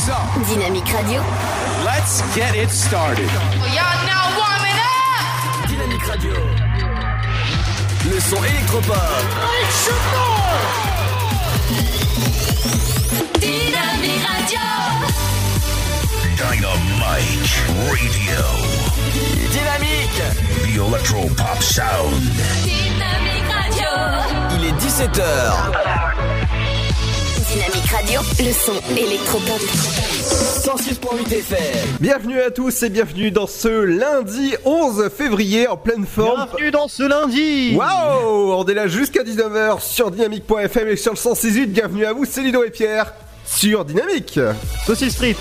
Dynamique Radio. Let's get it started. Y'all now warming up. Dynamique Radio. Le son électropop. Dynamique Radio. Dynamite Radio. Dynamique. The Electropop Sound. Dynamique Radio. Il est 17h. Dynamique Radio, le son électropop. 106.8 FM. Bienvenue à tous et bienvenue dans ce lundi 11 février en pleine forme. Bienvenue dans ce lundi. Waouh, on est là jusqu'à 19h sur dynamique.fm et sur le 106.8. Bienvenue à vous, c'est Ludo et Pierre sur Dynamique. Saucisse Street.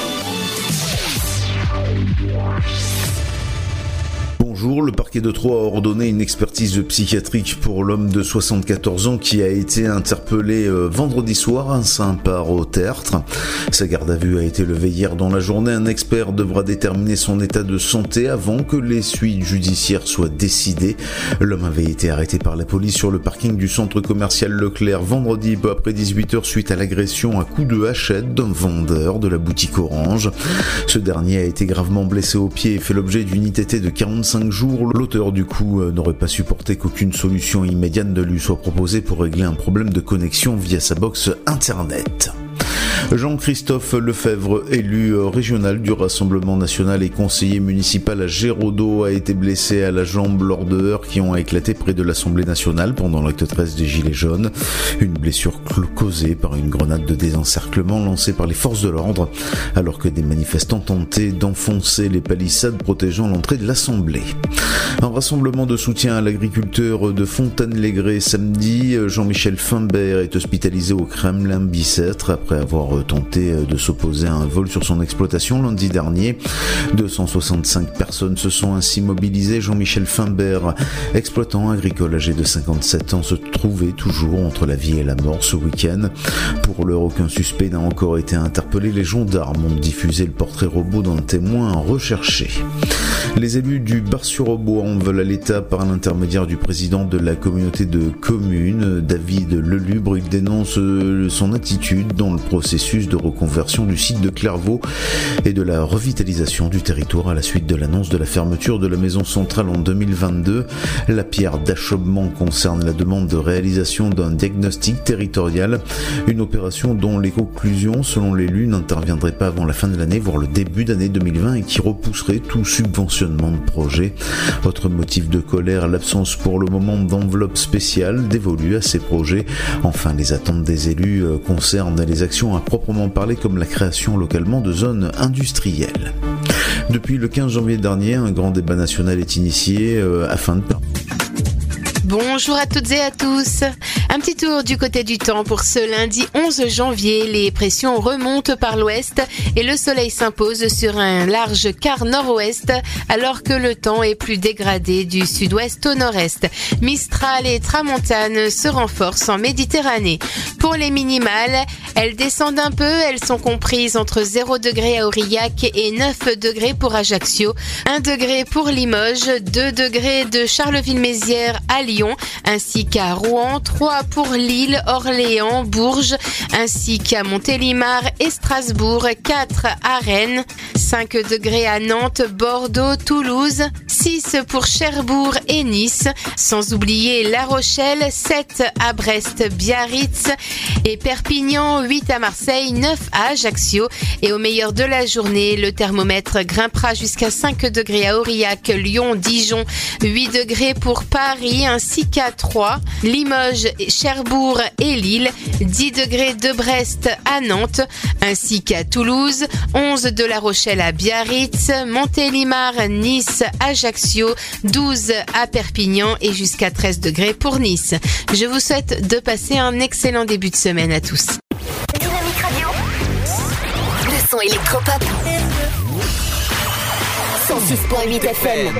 Bonjour, le parquet de Troyes a ordonné une expertise psychiatrique pour l'homme de 74 ans qui a été interpellé vendredi soir à Saint-Par-au-Tertre. Sa garde à vue a été levée hier dans la journée. Un expert devra déterminer son état de santé avant que les suites judiciaires soient décidées. L'homme avait été arrêté par la police sur le parking du centre commercial Leclerc vendredi peu après 18h suite à l'agression à coups de hachette d'un vendeur de la boutique Orange. Ce dernier a été gravement blessé au pied et fait l'objet d'une ITT de 45 jours. L'auteur du coup n'aurait pas supporté qu'aucune solution immédiate ne lui soit proposée pour régler un problème de connexion via sa box internet. Jean-Christophe Lefebvre, élu régional du Rassemblement national et conseiller municipal à Géraudot, a été blessé à la jambe lors de heurts qui ont éclaté près de l'Assemblée nationale pendant l'acte 13 des Gilets jaunes. Une blessure causée par une grenade de désencerclement lancée par les forces de l'ordre alors que des manifestants tentaient d'enfoncer les palissades protégeant l'entrée de l'Assemblée. Un rassemblement de soutien à l'agriculteur de Fontaine-les-Grès samedi. Jean-Michel Fimbert est hospitalisé au Kremlin-Bicêtre après avoir tenté de s'opposer à un vol sur son exploitation lundi dernier. 265 personnes se sont ainsi mobilisées. Jean-Michel Fimbert, exploitant agricole âgé de 57 ans, se trouvait toujours entre la vie et la mort ce week-end. Pour l'heure, aucun suspect n'a encore été interpellé. Les gendarmes ont diffusé le portrait robot d'un témoin recherché. Les élus du Bar-sur-Aubois en veulent à l'État par l'intermédiaire du président de la communauté de communes, David Lelubre. Il dénonce son attitude dans le processus de reconversion du site de Clairvaux et de la revitalisation du territoire à la suite de l'annonce de la fermeture de la maison centrale en 2022. La pierre d'achoppement concerne la demande de réalisation d'un diagnostic territorial, une opération dont les conclusions, selon l'élu, n'interviendraient pas avant la fin de l'année, voire le début d'année 2020 et qui repousserait tout subventionnement de projet. Autre motif de colère, l'absence pour le moment d'enveloppe spéciale dévolue à ces projets. Enfin, les attentes des élus concernent les actions à proprement parler comme la création localement de zones industrielles. Depuis le 15 janvier dernier, un grand débat national est initié afin de... Bonjour à toutes et à tous. Un petit tour du côté du temps pour ce lundi 11 janvier. Les pressions remontent par l'ouest et le soleil s'impose sur un large quart nord-ouest alors que le temps est plus dégradé du sud-ouest au nord-est. Mistral et tramontane se renforcent en Méditerranée. Pour les minimales, elles descendent un peu. Elles sont comprises entre 0 degré à Aurillac et 9 degrés pour Ajaccio, 1 degré pour Limoges, 2 degrés de Charleville-Mézières à Lyon, ainsi qu'à Rouen, 3 pour Lille, Orléans, Bourges, ainsi qu'à Montélimar et Strasbourg, 4 à Rennes, 5 degrés à Nantes, Bordeaux, Toulouse, 6 pour Cherbourg et Nice, sans oublier La Rochelle, 7 à Brest, Biarritz et Perpignan, 8 à Marseille, 9 à Ajaccio. Et au meilleur de la journée, le thermomètre grimpera jusqu'à 5 degrés à Aurillac, Lyon, Dijon, 8 degrés pour Paris, ainsi qu'à Troyes, Limoges, Cherbourg et Lille, 10 degrés de Brest à Nantes, ainsi qu'à Toulouse, 11 de La Rochelle à Biarritz, Montélimar, Nice, Ajaccio, 12 à Perpignan et jusqu'à 13 degrés pour Nice. Je vous souhaite de passer un excellent début de semaine à tous. Dynamique Radio. Le son électropop. 106.8 FM.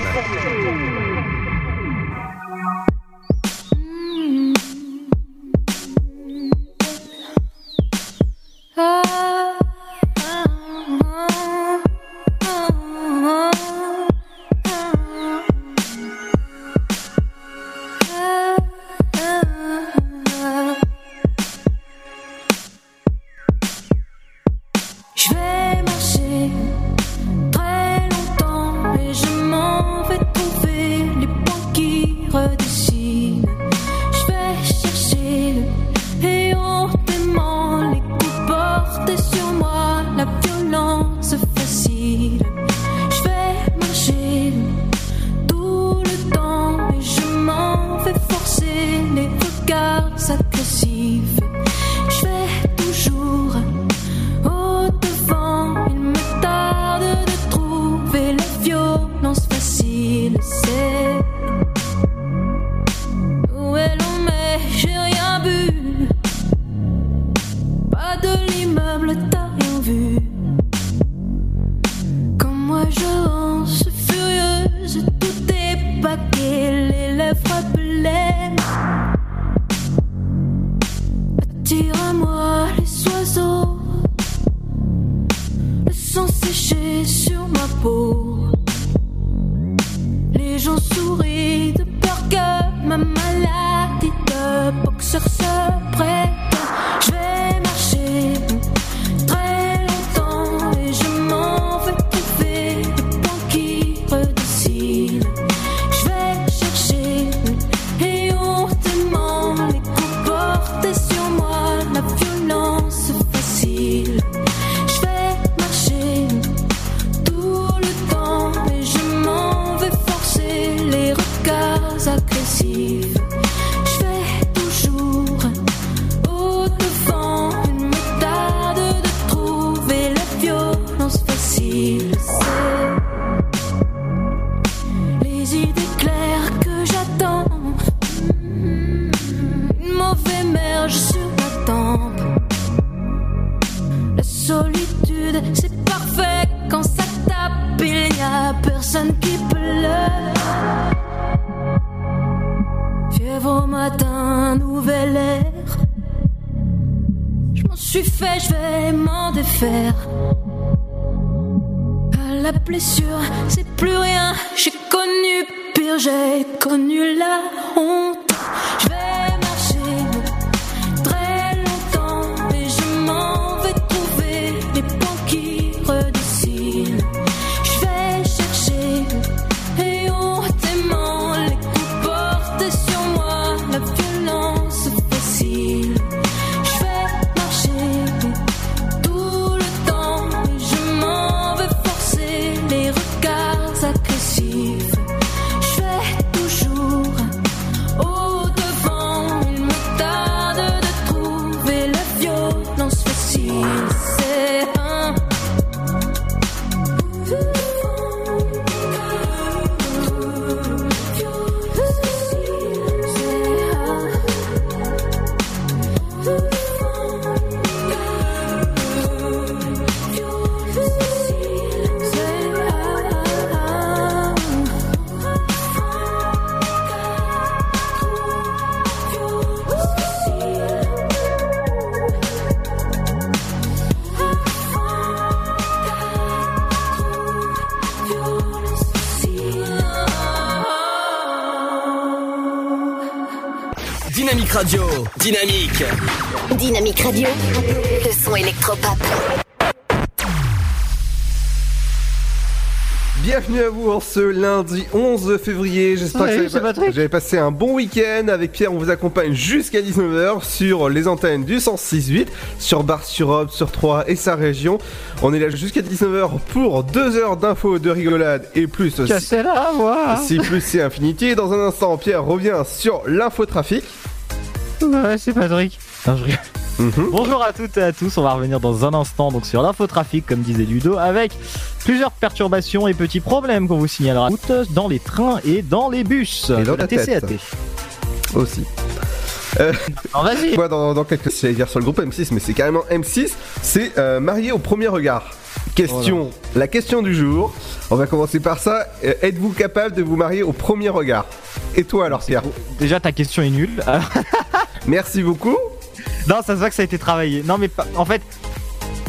Je vais marcher très longtemps et je m'en vais trouver les points qui redessinent. Je vais chercher et hontement les coups portés sur moi, la violence facile. Je vais marcher tout le temps et je m'en vais forcer les regards agressifs. Je vais toujours au devant, il me tarde de trouver la violence facile. C'est où est l'on met, j'ai rien vu. Pas de l'immeuble, t'as rien vu. Comme moi j'avance furieuse, tout est paquet, les lèvres blêmes. Attire à moi les oiseaux, le sang séché sur ma peau. Les gens sourient de peur que ma maladie de boxeur se prête. Je vais marcher très longtemps et je m'en vais trouver le point qui redessine. Je vais chercher et hontement les coups portés sur moi, la violence facile. Je vais marcher tout le temps et je m'en vais forcer les regards agressifs. Je vais toujours au devant, il me tarde de trouver la violence facile. C'est les idées claires que j'attends, une mauvaise merge sur ma tempe. La solitude, c'est parfait quand ça tape, il n'y a personne qui pleure. Fièvre au matin, nouvel air. Je m'en suis fait, je vais m'en défaire. À la blessure, c'est plus rien. J'ai connu pire, j'ai connu la honte. Je vais marcher très longtemps et je m'en vais trouver les ponts qui redessinent. Je vais chercher et hontement les coups portés sur moi, la violence facile. Je vais marcher tout le temps et je m'en vais forcer les regards agressifs. Je vais toujours au devant, il me tarde de trouver la violence facile. C'est un Dynamique Radio. Dynamique. Dynamique Radio, le son électropop. Bienvenue à vous en ce lundi 11 février. J'espère que vous avez passé un bon week-end. Avec Pierre, on vous accompagne jusqu'à 19h sur les antennes du 106.8, sur Bar-sur-Aube, sur Troyes et sa région. On est là jusqu'à 19h pour 2 heures d'infos, de rigolade et plus aussi. Cassez la voix. Si plus c'est Infinity. Dans un instant, Pierre revient sur l'infotrafic. Ouais, c'est Patrick. Non, je rigole. Bonjour à toutes et à tous, on va revenir dans un instant donc sur l'infotrafic comme disait Ludo avec plusieurs perturbations et petits problèmes qu'on vous signalera dans les trains et dans les bus et dans la TCAT aussi. Non, vas-y. Moi dans quelques j'allais dire sur le groupe M6 mais c'est carrément M6, c'est marié au premier regard. Question, la question du jour. On va commencer par ça. Êtes-vous capable de vous marier au premier regard? Et toi alors Pierre? Déjà ta question est nulle. Merci beaucoup. Non, ça se voit que ça a été travaillé. Non mais en fait,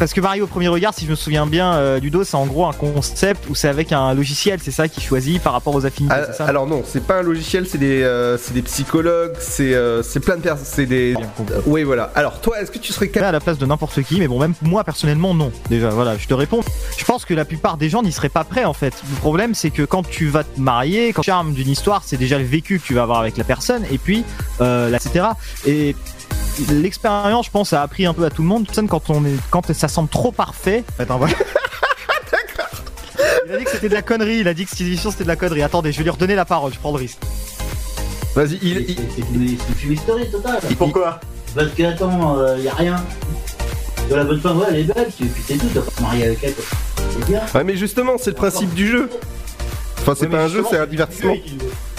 Parce que Mario au premier regard, si je me souviens bien, Ludo, c'est en gros un concept où c'est avec un logiciel, c'est ça qui choisit par rapport aux affinités. C'est ça alors non, c'est pas un logiciel, c'est des psychologues, c'est plein de personnes, c'est des. Oui, voilà. Alors toi, est-ce que tu serais capable à la place de n'importe qui, mais bon, même moi personnellement, non. Déjà, voilà, je te réponds. Je pense que la plupart des gens n'y seraient pas prêts en fait. Le problème, c'est que quand tu vas te marier, quand le charme d'une histoire, c'est déjà le vécu que tu vas avoir avec la personne, et puis etc. Et l'expérience, je pense, a appris un peu à tout le monde. Quand ça semble trop parfait. Attends, voilà. D'accord. Il a dit que c'était de la connerie. Il a dit que cette émission c'était de la connerie. Attendez, je vais lui redonner la parole. Je prends le risque. Vas-y, C'est une historique totale. Pourquoi ? Parce que attends, y a rien. De la bonne femme, ouais, elle est belle. Puis c'est tout. T'as pas te marier avec elle. C'est bien. Ouais, mais justement, c'est le principe du jeu. Enfin, c'est pas un jeu, c'est un divertissement. Quoi ?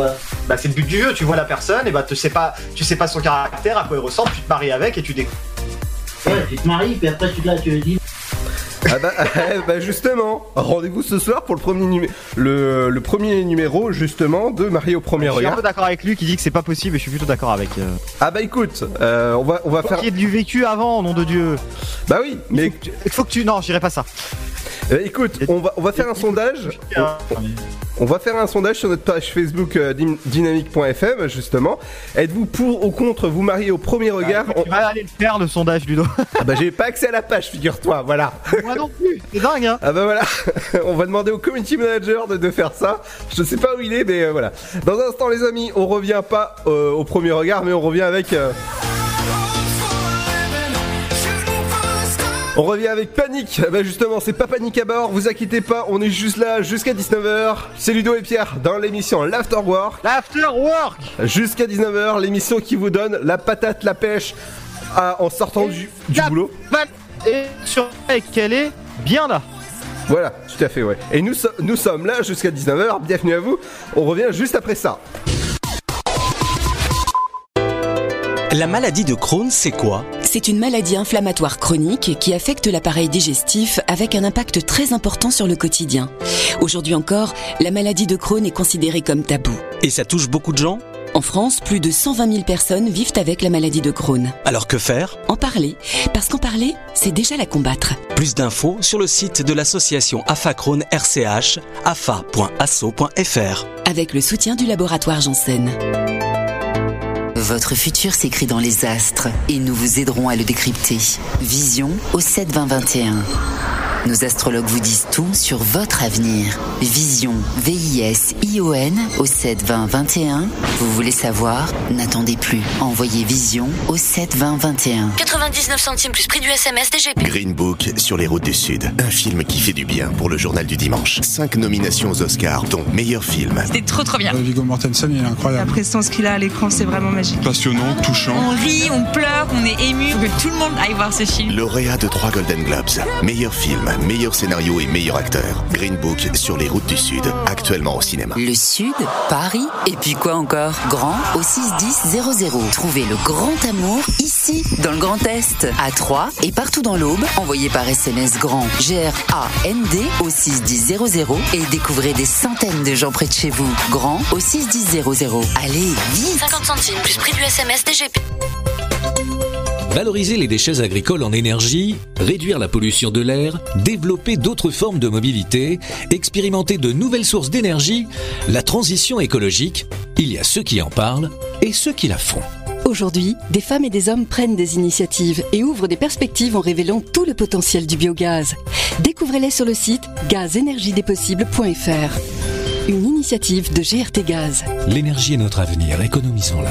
Bah c'est le but du jeu, tu vois la personne et bah tu sais pas son caractère, à quoi il ressemble, tu te maries avec et tu découvres. Ouais, tu te maries puis après tu le dis. Ah bah justement, rendez-vous ce soir pour le premier numéro justement de Marie au premier regard. Je suis un peu d'accord avec lui qui dit que c'est pas possible et je suis plutôt d'accord avec. Ah bah écoute, on va faire. Qu'il y ait du vécu avant, nom de Dieu. Bah oui, mais il faut que tu. Non, je dirais pas ça. Écoute, on va faire un sondage. On va faire un sondage sur notre page Facebook dynamique.fm justement. Êtes-vous pour ou contre vous marier au premier regard? Tu vas aller le faire le sondage, Ludo. Ah bah j'ai pas accès à la page, figure-toi, voilà. Moi non plus, c'est dingue hein. Ah bah voilà, on va demander au community manager de faire ça. Je sais pas où il est, mais voilà. Dans un instant les amis, on revient pas au premier regard, mais on revient avec... On revient avec Panique. Bah justement, c'est pas Panique à bord, vous inquiétez pas, on est juste là jusqu'à 19h. C'est Ludo et Pierre dans l'émission l'Afterwork. L'Afterwork jusqu'à 19h, l'émission qui vous donne la patate, la pêche en sortant du boulot. Et sur qu'elle est bien là. Voilà, tout à fait, ouais. Et nous sommes là jusqu'à 19h, bienvenue à vous. On revient juste après ça. La maladie de Crohn, c'est quoi ? C'est une maladie inflammatoire chronique qui affecte l'appareil digestif avec un impact très important sur le quotidien. Aujourd'hui encore, la maladie de Crohn est considérée comme tabou. Et ça touche beaucoup de gens ? En France, plus de 120 000 personnes vivent avec la maladie de Crohn. Alors que faire ? En parler, parce qu'en parler, c'est déjà la combattre. Plus d'infos sur le site de l'association AFA Crohn RCH, afa.asso.fr. Avec le soutien du laboratoire Janssen. Votre futur s'écrit dans les astres et nous vous aiderons à le décrypter. Vision au 7-20-21. Nos astrologues vous disent tout sur votre avenir. Vision, V-I-S-I-O-N au 7-20-21. Vous voulez savoir ? N'attendez plus. Envoyez Vision au 7-20-21. 99 centimes plus prix du SMS DGP. Green Book sur les routes du Sud. Un film qui fait du bien pour le journal du dimanche. 5 nominations aux Oscars, dont meilleur film. C'était trop bien. Viggo Mortensen, il est incroyable. La prestance qu'il a à l'écran, c'est vraiment magique. Passionnant, touchant. On rit, on pleure, on est ému. Faut que tout le monde aille voir ce film. Lauréat de 3 Golden Globes. Meilleur film, meilleur scénario et meilleur acteur. Green Book sur les routes du Sud, actuellement au cinéma. Le Sud, Paris, et puis quoi encore ? Grand au 61000. Trouvez le grand amour ici, dans le Grand Est, à Troyes et partout dans l'Aube. Envoyez par SMS GRAND, G-R-A-N-D au 61000 et découvrez des centaines de gens près de chez vous. Grand au 61000. Allez, vite ! 50 centimes plus prix du SMS DGP. Valoriser les déchets agricoles en énergie, réduire la pollution de l'air, développer d'autres formes de mobilité, expérimenter de nouvelles sources d'énergie, la transition écologique, il y a ceux qui en parlent et ceux qui la font. Aujourd'hui, des femmes et des hommes prennent des initiatives et ouvrent des perspectives en révélant tout le potentiel du biogaz. Découvrez-les sur le site gazenergiedespossibles.fr. Une initiative de GRT Gaz. L'énergie est notre avenir, économisons-la.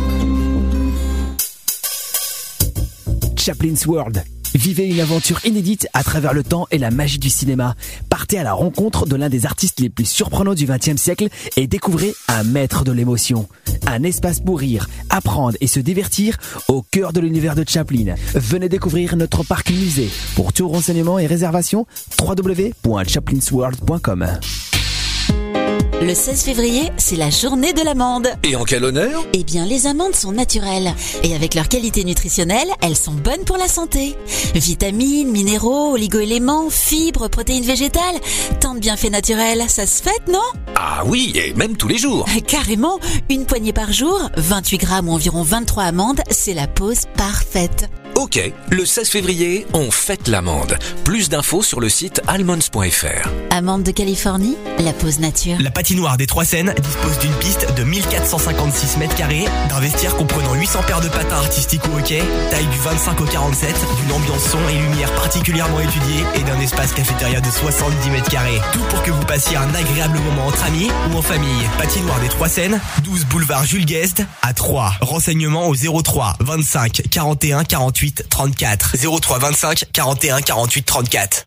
Chaplin's World. Vivez une aventure inédite à travers le temps et la magie du cinéma. Partez à la rencontre de l'un des artistes les plus surprenants du XXe siècle et découvrez un maître de l'émotion. Un espace pour rire, apprendre et se divertir au cœur de l'univers de Chaplin. Venez découvrir notre parc musée. Pour tout renseignement et réservation, www.chaplinsworld.com. Le 16 février, c'est la journée de l'amande. Et en quel honneur ? Eh bien, les amandes sont naturelles. Et avec leur qualité nutritionnelle, elles sont bonnes pour la santé. Vitamines, minéraux, oligo-éléments, fibres, protéines végétales. Tant de bienfaits naturels, ça se fête, non ? Ah oui, et même tous les jours. Carrément, une poignée par jour, 28 grammes ou environ 23 amandes, c'est la pause parfaite. Ok, le 16 février, on fête l'amande. Plus d'infos sur le site almonds.fr. Amande de Californie, la pause nature. La patinoire des Trois Seines dispose d'une piste de 1456 mètres carrés, d'un vestiaire comprenant 800 paires de patins artistiques ou hockey, taille du 25 au 47, d'une ambiance son et lumière particulièrement étudiée et d'un espace cafétéria de 70 mètres carrés. Tout pour que vous passiez un agréable moment entre amis ou en famille. Patinoire des Trois Seines, 12 boulevard Jules Guest à Troyes. Renseignements au 03 25 41 48 34. 03 25 41 48 34.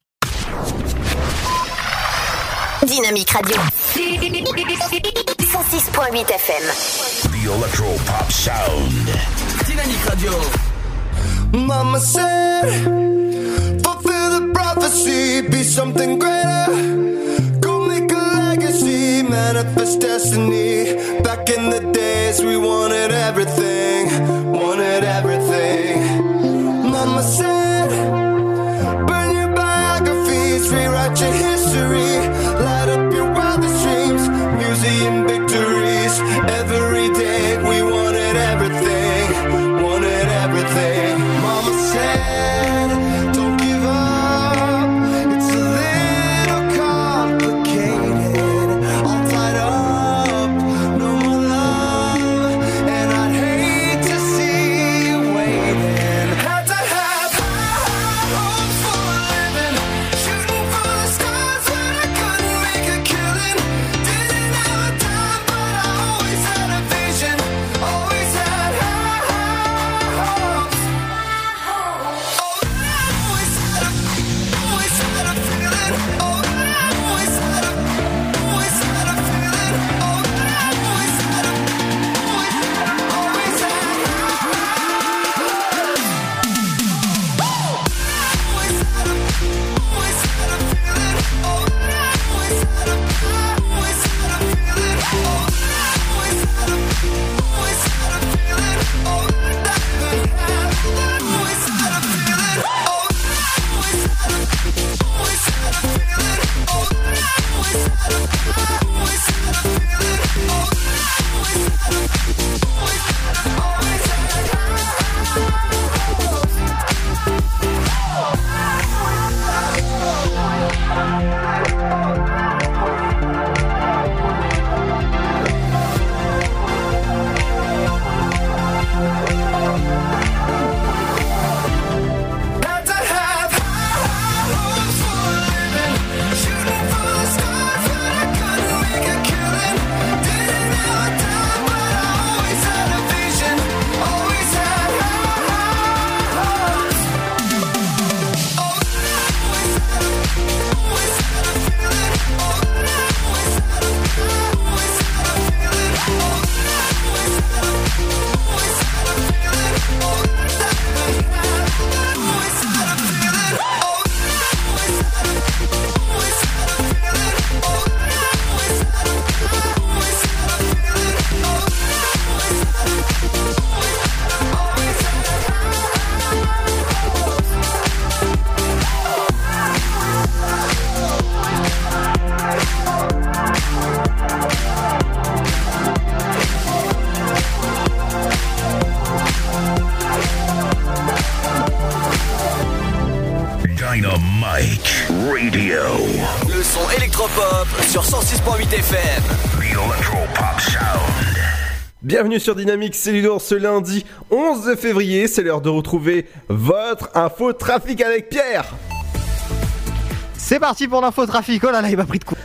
Dynamique Radio 106.8 FM. The Electro Pop Sound. Dynamique Radio. Mama said, fulfill the prophecy, be something greater. Go make a legacy, manifest destiny. Back in the days we wanted everything, wanted everything. Mama said, burn your biographies, rewrite your history, light up your wildest dreams, museum victories. Every day we wanted everything, wanted everything. Mama said, don't give up, it's a little complicated, all tied up, no more love, and I'd hate to see you waiting. Had to have high hopes for a living, shooting for the stars when I couldn't make a killing. Didn't have a dime, but I always had a vision, always had high hopes. Dynamique Radio. Le son électropop sur 106.8 FM. The Electro Pop Sound. Bienvenue sur Dynamique, c'est Ludo. Ce lundi 11 février, c'est l'heure de retrouver votre info trafic avec Pierre. C'est parti pour l'info trafic. Oh là là, il m'a pris de coup.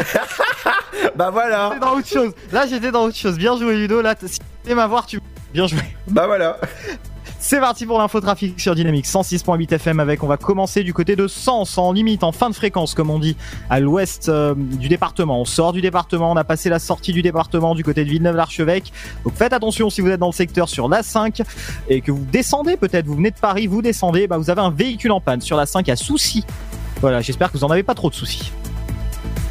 Bah voilà. J'étais dans autre chose. Là, j'étais dans autre chose. Bien joué, Ludo. Là, si tu sais m'avoir, tu. Bien joué. Bah voilà. C'est parti pour l'infotrafic sur Dynamique 106.8 FM avec, on va commencer du côté de Sens, en limite, en fin de fréquence comme on dit, à l'ouest du département. On sort du département, on a passé la sortie du département du côté de Villeneuve-l'Archevêque. Donc faites attention si vous êtes dans le secteur sur l'A5 et que vous descendez peut-être, vous venez de Paris, vous descendez, bah vous avez un véhicule en panne sur l'A5 à Soucy. Voilà, j'espère que vous en avez pas trop de soucis.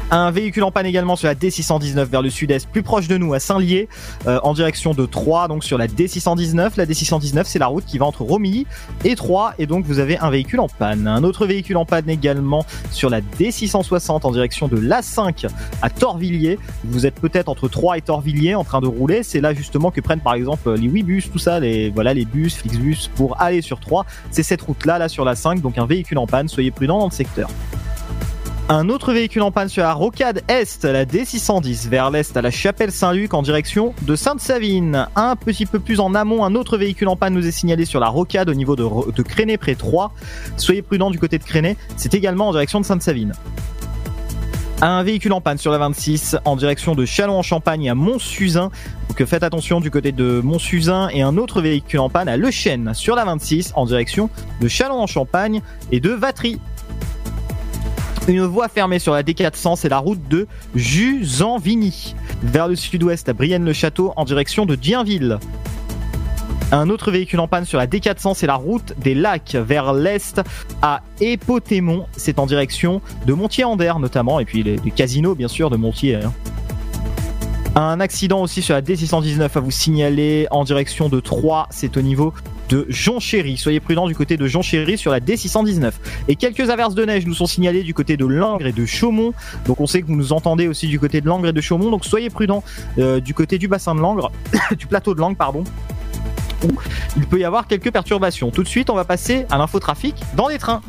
Un véhicule en panne également sur la D619 vers le sud-est, plus proche de nous, à Saint-Lié, en direction de Troyes, donc sur la D619. La D619, c'est la route qui va entre Romilly et Troyes, et donc vous avez un véhicule en panne. Un autre véhicule en panne également sur la D660 en direction de l'A5 à Torvilliers. Vous êtes peut-être entre Troyes et Torvilliers en train de rouler. C'est là justement que prennent par exemple les Ouibus, tout ça, les bus, Flixbus pour aller sur Troyes. C'est cette route-là, là sur l'A5, donc un véhicule en panne. Soyez prudents dans le secteur. Un autre véhicule en panne sur la rocade Est, la D610, vers l'Est à la Chapelle-Saint-Luc en direction de Sainte-Savine. Un petit peu plus en amont, un autre véhicule en panne nous est signalé sur la rocade au niveau de Créné près 3. Soyez prudents du côté de Créné, c'est également en direction de Sainte-Savine. Un véhicule en panne sur la 26 en direction de Châlons-en-Champagne à Mont-Suzin. Donc faites attention du côté de Mont-Suzin, et un autre véhicule en panne à Le Chêne sur la 26 en direction de Châlons-en-Champagne et de Vatry. Une voie fermée sur la D400, c'est la route de Juzanvigny vers le sud-ouest à Brienne-le-Château en direction de Dienville. Un autre véhicule en panne sur la D400, c'est la route des Lacs vers l'est à Épotémont. C'est en direction de Montier-Ander notamment, et puis les casinos bien sûr de Montier. Un accident aussi sur la D619 à vous signaler en direction de Troyes, c'est au niveau de Jonchery. Soyez prudents du côté de Jonchery sur la D619. Et quelques averses de neige nous sont signalées du côté de Langres et de Chaumont. Donc on sait que vous nous entendez aussi du côté de Langres et de Chaumont. Donc soyez prudents du côté du bassin de Langres, du plateau de Langres, pardon. Où il peut y avoir quelques perturbations. Tout de suite, on va passer à l'infotrafic dans les trains.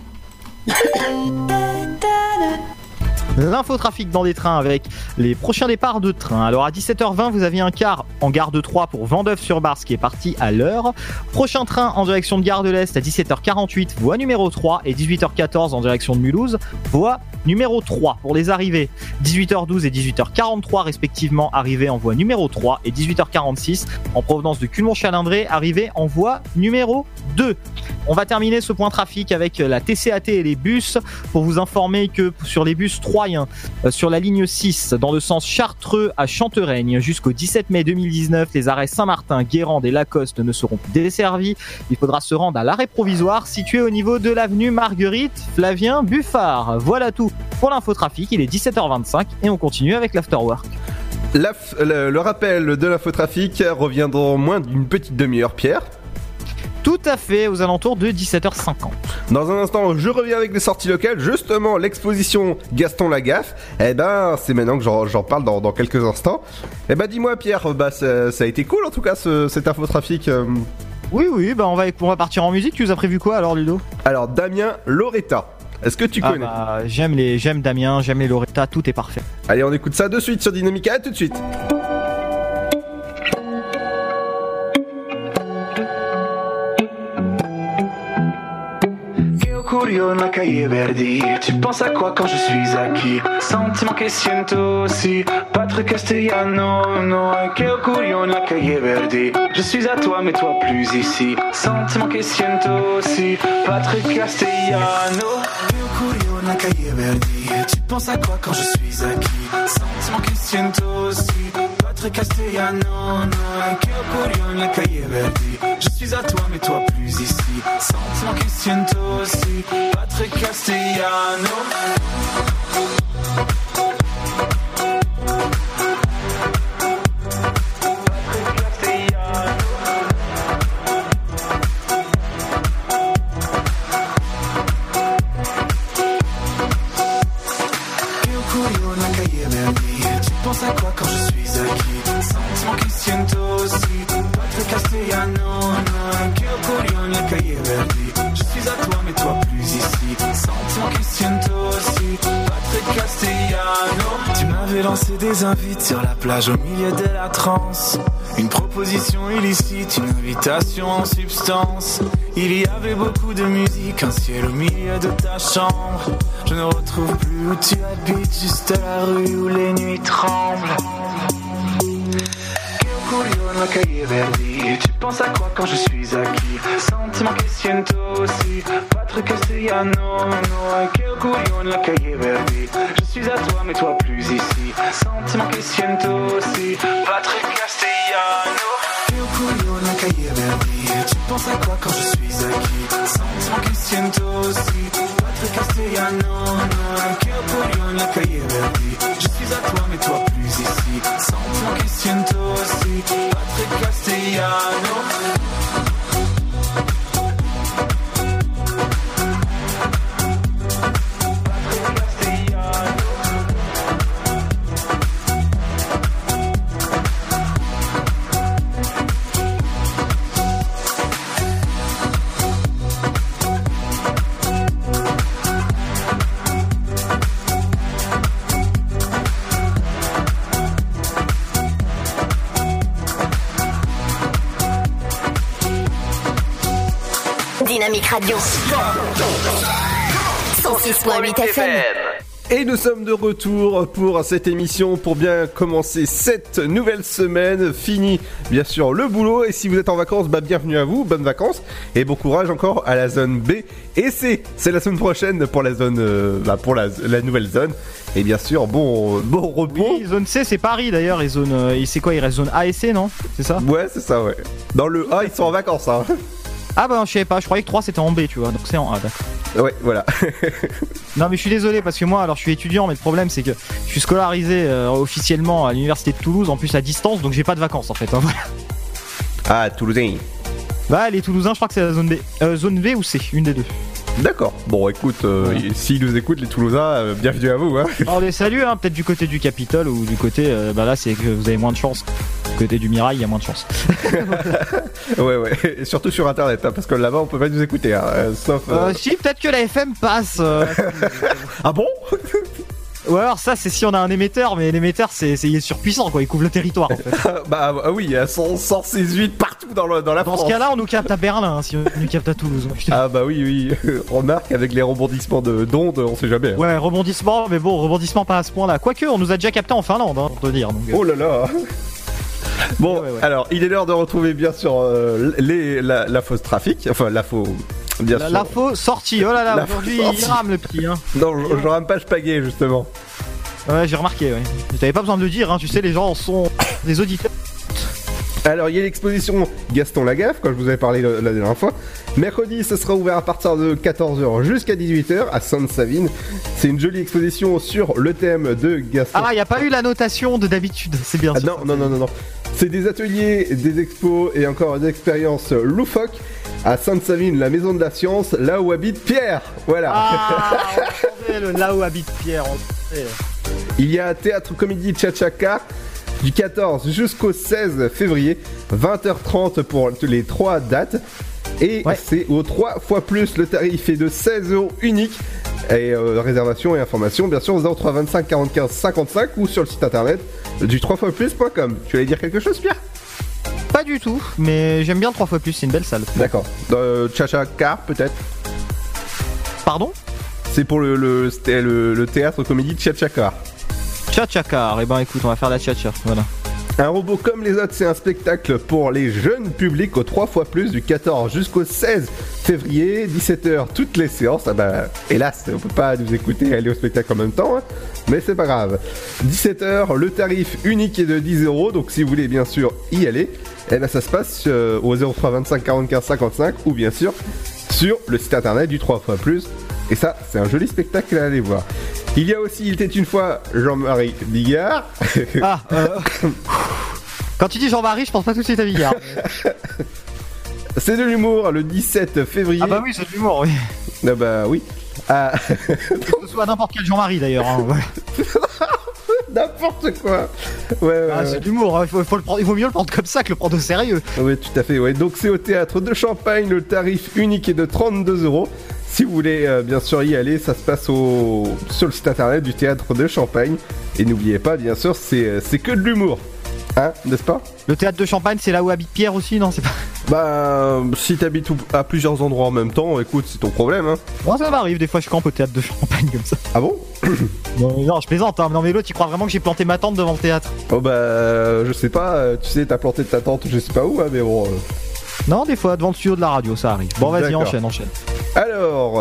L'infotrafic dans les trains avec les prochains départs de train. Alors à 17h20, vous aviez un car en gare de Troyes pour Vendœuvre-sur-Barse qui est parti à l'heure. Prochain train en direction de Gare de l'Est à 17h48, voie numéro 3, et 18h14 en direction de Mulhouse, voie numéro 3 pour les arrivées. 18h12 et 18h43 respectivement, arrivées en voie numéro 3, et 18h46 en provenance de Culmont-Chalindré, arrivées en voie numéro 2. On va terminer ce point trafic avec la TCAT et les bus pour vous informer que sur les bus troyens, sur la ligne 6 dans le sens Chartreux à Chantereigne jusqu'au 17 mai 2019, les arrêts Saint-Martin, Guérande et Lacoste ne seront plus desservis. Il faudra se rendre à l'arrêt provisoire situé au niveau de l'avenue Marguerite Flavien Buffard. Voilà tout pour l'infotrafic, il est 17h25 et on continue avec l'afterwork. Le rappel de l'infotrafic revient dans moins d'une petite demi-heure, Pierre. Tout à fait, aux alentours de 17h50. Dans un instant, je reviens avec des sorties locales. Justement, l'exposition Gaston Lagaffe. C'est maintenant que j'en parle dans quelques instants. Dis-moi, Pierre, ça a été cool en tout cas cet infotrafic. Oui, on va partir en musique. Tu nous as prévu quoi alors, Ludo ? Alors, Damien Loretta. Est-ce que tu connais ? J'aime Damien, j'aime les Loretta, tout est parfait. Allez, on écoute ça de suite sur Dynamica, tout de suite. Curio nella calle Verdi. Tu penses à quoi quand je suis acquis? Sentiment que siento si Patrick Castellano, no. Que curio nella calle Verdi. Je suis à toi mais toi plus ici. Sentiment que siento si Patrick Castellano. Que curio nella calle Verdi. Tu penses à quoi quand je suis acquis? Sentiment que siento si Patrick Castellano, no. Que curio nella calle Verdi. Je suis à toi mais toi plus ici. Sentiment que siento si Patrick Castellano. Tu penses à quoi quand je suis acquis? Sentiment que siento si Patrick Castellano, no. Que curio nella calle Verdi. Je suis à toi mais toi plus ici. Sentiment que siento si Patrick Castellano. Tu m'avais lancé des invites sur la plage au milieu de la transe. Une proposition illicite, une invitation en substance. Il y avait beaucoup de musique, un ciel au milieu de ta chambre. Je ne retrouve plus où tu habites, juste la rue où les nuits tremblent. Curio nella calle Verdi. Tu penses à quoi quand je suis acquis? Sentiment que siento si Patrick Castellano, no. Que curio nella calle Verdi. Je suis à toi mais toi plus ici. Sentiment que siento si Patrick Castellano. Que curio nella calle Verdi. Tu penses à quoi quand je suis acquis? Sentiment que siento si Patrick Castellano, no. Que curio nella calle Verdi. mets-toi plus ici. Sans plan, questionne-toi aussi. Patrick Castellano. Dynamique Radio 106.8 FM. Et nous sommes de retour pour cette émission pour bien commencer cette nouvelle semaine. Fini bien sûr le boulot et si vous êtes en vacances, bienvenue à vous, bonnes vacances et bon courage encore à la zone B et C. C'est la semaine prochaine pour la zone, pour la nouvelle zone. Et bien sûr, bon repos. Oui, zone C c'est Paris d'ailleurs et zone, c'est quoi, il reste zone A et C non? C'est ça? Ouais c'est ça ouais. Dans le A ils sont en vacances hein. Ah bah je savais pas, je croyais que 3 c'était en B tu vois, donc c'est en A, d'accord. Ouais voilà. Non mais je suis désolé parce que moi alors je suis étudiant mais le problème c'est que je suis scolarisé officiellement à l'université de Toulouse, en plus à distance, donc j'ai pas de vacances en fait hein, voilà. Ah Toulousain. Bah les Toulousains je crois que c'est la zone B. Zone B ou C, une des deux. D'accord, bon écoute, s'ils nous écoutent les Toulousains, bienvenue à vous hein. Alors les saluts hein, peut-être du côté du Capitole ou du côté, là c'est que vous avez moins de chance. Du côté du Mirail il y a moins de chance. Ouais, et surtout sur internet hein, parce que là-bas on peut pas nous écouter hein, sauf... Si peut-être que la FM passe Ah bon? Ouais alors ça c'est si on a un émetteur, mais l'émetteur il est surpuissant quoi, il couvre le territoire en fait. Bah oui, il y a 168 partout dans la France. Dans ce cas là on nous capte à Berlin hein, si on nous capte à Toulouse. Ah bah oui, remarque avec les rebondissements d'ondes on sait jamais hein. Ouais rebondissement, mais bon rebondissement pas à ce point là, quoique on nous a déjà capté en Finlande hein, pour te dire donc, Oh là là. Bon ouais. Alors il est l'heure de retrouver bien sûr la fausse trafic, enfin la faux... Bien sûr. La faux sortie, oh là là, aujourd'hui il rame le petit hein. Non, je rame pas, je pagaie justement. Ouais j'ai remarqué, ouais. T'avais pas besoin de le dire hein, tu sais les gens sont des auditeurs. Alors il y a l'exposition Gaston Lagaffe, quand je vous avais parlé la dernière fois. Mercredi ça sera ouvert à partir de 14h jusqu'à 18h à Sainte-Savine. C'est une jolie exposition sur le thème de Gaston. Ah, il n'y a pas eu la notation de d'habitude, c'est bien sûr. Non. C'est des ateliers, des expos et encore des expériences loufoques à Sainte-Savine, la maison de la science, là où habite Pierre. Voilà. Ah, là où habite Pierre, on sait. Il y a théâtre comédie Tchatchaka du 14 jusqu'au 16 février, 20h30 pour les 3 dates. Et c'est aux 3 fois plus, le tarif est de 16 € unique. Et réservation et information bien sûr 03 25 45 55 ou sur le site internet du 3xplus.com. Tu allais dire quelque chose Pierre? Pas du tout, mais j'aime bien 3 fois plus, c'est une belle salle. D'accord. Tchatchaka peut-être? Pardon? C'est pour le théâtre comédie Tchatchaka. Tchatchaka, et ben écoute on va faire la tchatcha, voilà. Un robot comme les autres, c'est un spectacle pour les jeunes publics aux 3 fois plus du 14 jusqu'au 16 février, 17h toutes les séances. Ah bah, hélas, on peut pas nous écouter et aller au spectacle en même temps, hein, mais c'est pas grave. 17h, le tarif unique est de 10 €, donc si vous voulez bien sûr y aller, eh ben ça se passe au 03 25 45 55 ou bien sûr sur le site internet du 3 fois plus. Et ça, c'est un joli spectacle à aller voir. Il y a aussi, il était une fois Jean-Marie Bigard. Quand tu dis Jean-Marie, je pense pas tout de suite à Bigard. C'est de l'humour le 17 février. Ah bah oui, c'est de l'humour, oui. Ah bah oui. Que ce soit n'importe quel Jean-Marie d'ailleurs. Hein, ouais. N'importe quoi. Ouais, c'est de l'humour, hein. Il vaut mieux le prendre comme ça que le prendre au sérieux. Oui, tout à fait. Ouais. Donc c'est au théâtre de Champagne, le tarif unique est de 32 €. Si vous voulez bien sûr y aller, ça se passe sur le site internet du théâtre de Champagne. Et n'oubliez pas, bien sûr, c'est que de l'humour. Hein, n'est-ce pas? Le théâtre de Champagne, c'est là où habite Pierre aussi, non? C'est pas... Bah, si t'habites à plusieurs endroits en même temps, écoute, c'est ton problème, hein. Moi, ça m'arrive, des fois je campe au théâtre de Champagne comme ça. Ah bon? Non, je plaisante, hein. Non, mais l'autre, tu crois vraiment que j'ai planté ma tente devant le théâtre? Oh je sais pas, tu sais, t'as planté ta tente, je sais pas où, hein, mais bon... Non, des fois, devant le studio de la radio, ça arrive. Bon, vas-y, D'accord. enchaîne. Alors, Alors,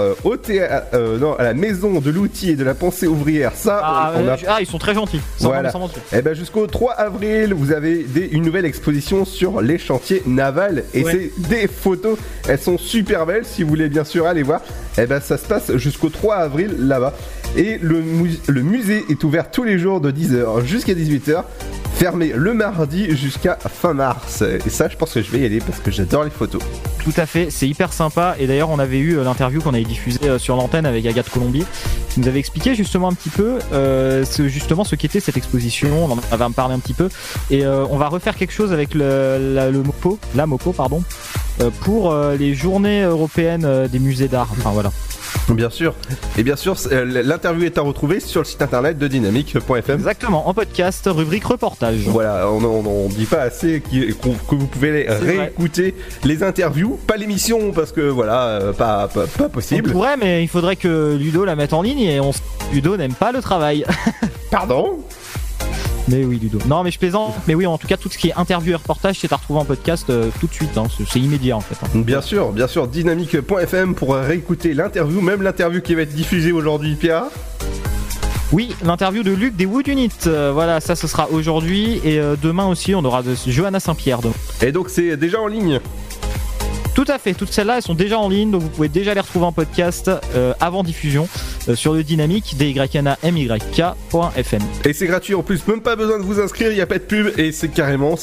à la maison de l'outil et de la pensée ouvrière, ça, ils sont très gentils. Voilà. Et ben jusqu'au 3 avril, vous avez une nouvelle exposition sur les chantiers navals et c'est des photos. Elles sont super belles. Si vous voulez bien sûr aller voir, et ben ça se passe jusqu'au 3 avril là-bas. Et le musée est ouvert tous les jours de 10h jusqu'à 18h. Fermé le mardi jusqu'à fin mars. Et ça, je pense que je vais y aller parce que j'adore les photos. Tout à fait, c'est hyper sympa. Et d'ailleurs, on avait eu l'interview qu'on avait diffusée sur l'antenne avec Agathe Colombier, qui nous avait expliqué justement un petit peu ce qu'était cette exposition. On en avait parlé un petit peu. Et on va refaire quelque chose avec la Mopo, pour les journées européennes des musées d'art. Enfin voilà. Bien sûr. Et bien sûr, l'interview est à retrouver sur le site internet de dynamique.fm. Exactement, en podcast, rubrique reportage. Voilà, on dit pas assez que vous pouvez réécouter les interviews, pas l'émission parce que voilà, pas possible. On pourrait, mais il faudrait que Ludo la mette en ligne et Ludo n'aime pas le travail. Pardon ? Mais oui, Ludo. Non, mais je plaisante. Mais oui, en tout cas, tout ce qui est interview et reportage, c'est à retrouver en podcast tout de suite. Hein. C'est immédiat en fait. Hein. Bien sûr, dynamique.fm pour réécouter l'interview, même l'interview qui va être diffusée aujourd'hui, Pierre. Oui, l'interview de Luc des Wood Unit. Voilà, ça ce sera aujourd'hui. Et demain aussi, on aura de Johanna Saint-Pierre demain. Et donc, c'est déjà en ligne ? Tout à fait, toutes celles-là elles sont déjà en ligne, donc vous pouvez déjà les retrouver en podcast avant diffusion sur le Dynamique dynamyk.fm. Et c'est gratuit en plus, même pas besoin de vous inscrire, il n'y a pas de pub et c'est carrément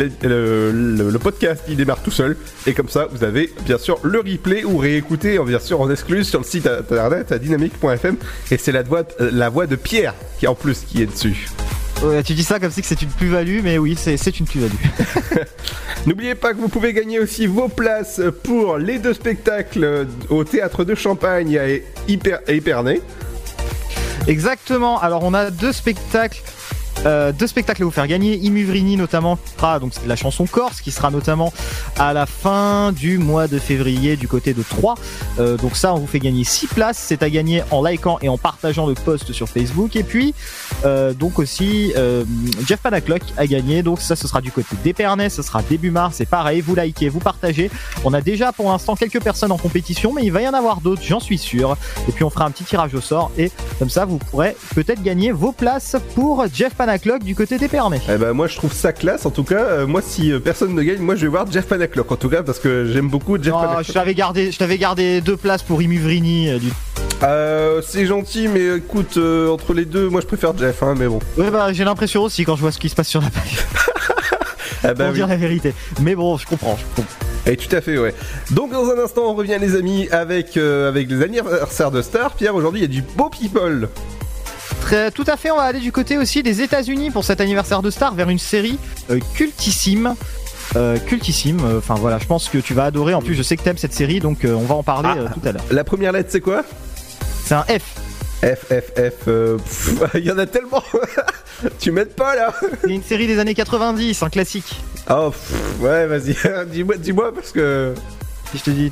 le podcast qui démarre tout seul. Et comme ça vous avez bien sûr le replay ou réécouter bien sûr en exclu sur le site internet à dynamique.fm et c'est la voix de Pierre qui est dessus. Ouais, tu dis ça comme si c'est une plus-value, mais oui, c'est une plus-value. N'oubliez pas que vous pouvez gagner aussi vos places pour les 2 spectacles au Théâtre de Champagne à Épernay. Exactement, alors on a 2 spectacles. 2 spectacles à vous faire gagner. Imuvrini notamment donc c'est la chanson corse qui sera notamment à la fin du mois de février du côté de Troyes. Donc ça on vous fait gagner 6 places. C'est à gagner en likant et en partageant le post sur Facebook. Et puis donc aussi Jeff Panaclock a gagné. Donc ça ce sera du côté d'Épernay. Ce sera début mars. C'est pareil, vous likez, vous partagez. On a déjà pour l'instant quelques personnes en compétition, mais il va y en avoir d'autres, j'en suis sûr. Et puis on fera un petit tirage au sort et comme ça vous pourrez peut-être gagner vos places pour Jeff Panaclock du côté d'Épernay. Eh ben moi je trouve ça classe en tout cas. Moi si personne ne gagne, moi je vais voir Jeff Panaclock en tout cas parce que j'aime beaucoup Jeff Panaclock. Je t'avais gardé 2 places pour Imuvrini c'est gentil mais écoute entre les deux moi je préfère Jeff mais bon. Ouais bah j'ai l'impression aussi quand je vois ce qui se passe sur la page. Pour dire la vérité. Mais bon je comprends. Et tout à fait ouais. Donc dans un instant on revient les amis avec les anniversaires de stars. Pierre aujourd'hui il y a du beau people. Tout à fait, on va aller du côté aussi des États-Unis pour cet anniversaire de Star vers une série cultissime. Enfin voilà, je pense que tu vas adorer. En plus, je sais que t'aimes cette série, donc on va en parler tout à l'heure. La première lettre, c'est quoi ? C'est un F. Il y en a tellement. Tu m'aides pas là. C'est une série des années 90, un classique. Oh, ouais, vas-y, dis-moi parce que. Si je te dis.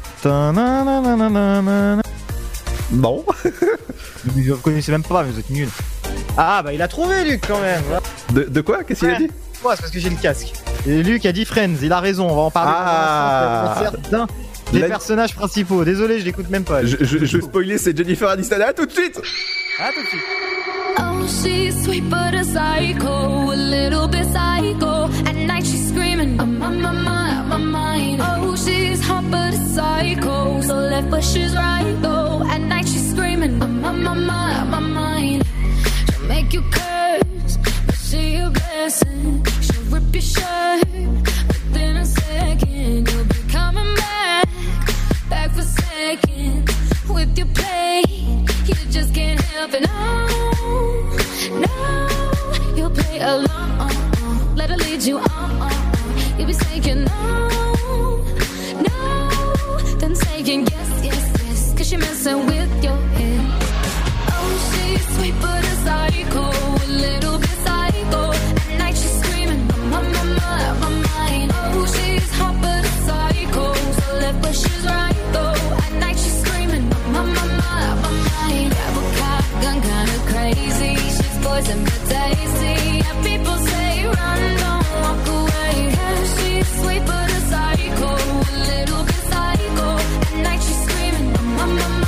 Bon. Vous connaissez même pas, vous êtes nuls. Ah bah il a trouvé Luc quand même. De quoi ? Qu'est-ce qu'il a dit ? Ouais, c'est parce que j'ai le casque. Et Luc a dit Friends, il a raison, on va en parler des personnages principaux. Désolé, je l'écoute même pas. Je spoiler, c'est Jennifer Aniston. À tout de suite. À tout de suite. Oh, she's sweet but a psycho, a little bit psycho. At night she's screaming, I'm on my mind. Oh, she's hot but a psycho, so left but she's right though. At night she's screaming, I'm on my mind. She'll make you curse, but she a blessing. She'll rip your shirt within a second. You'll be coming back for seconds with your play. You just can't help it, no, you'll play along, let her lead you on, you'll be saying no, then saying yes, cause she's messing with your head. Oh, she's sweet but a psycho, a little bit psycho, at night she's screaming, my mind, oh, she's hot but a psycho, so left but she's right though, at night she's screaming, my mind. Gun kinda crazy, she's poison but tasty. And people say run, don't walk away. Yeah, she's sweet but a psycho, a little bit psycho. At night she's screaming, my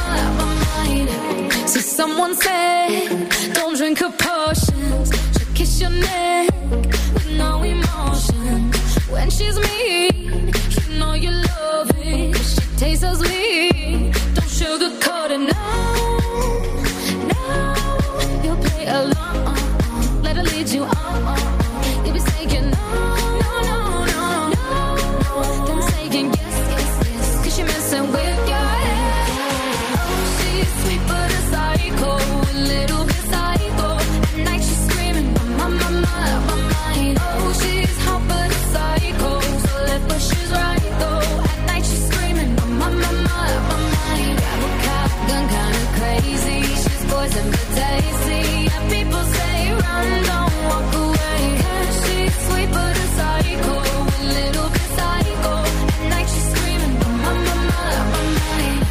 sick. Don't drink her potions. She'll kiss your neck with no emotion. When she's mean, you know you love it. 'Cause she tastes so sweet. Don't sugarcoat it, no, no. You'll play along, let her lead you on. You'll be saying no, no, no, no, no. Then saying yes, yes, yes. 'Cause you're messing with your head. Oh, she's sweet but a psycho, a little bit psycho. At night she's screaming, my mind. Oh, she's hot but a psycho, so left but she's right though. At night she's screaming, my mind. Grab a cop gun, kinda crazy. She's poison but tasty. And people say run, don't walk away. 'Cause she's sweet but a psycho, a little bit psycho. At night she's screaming, my mind.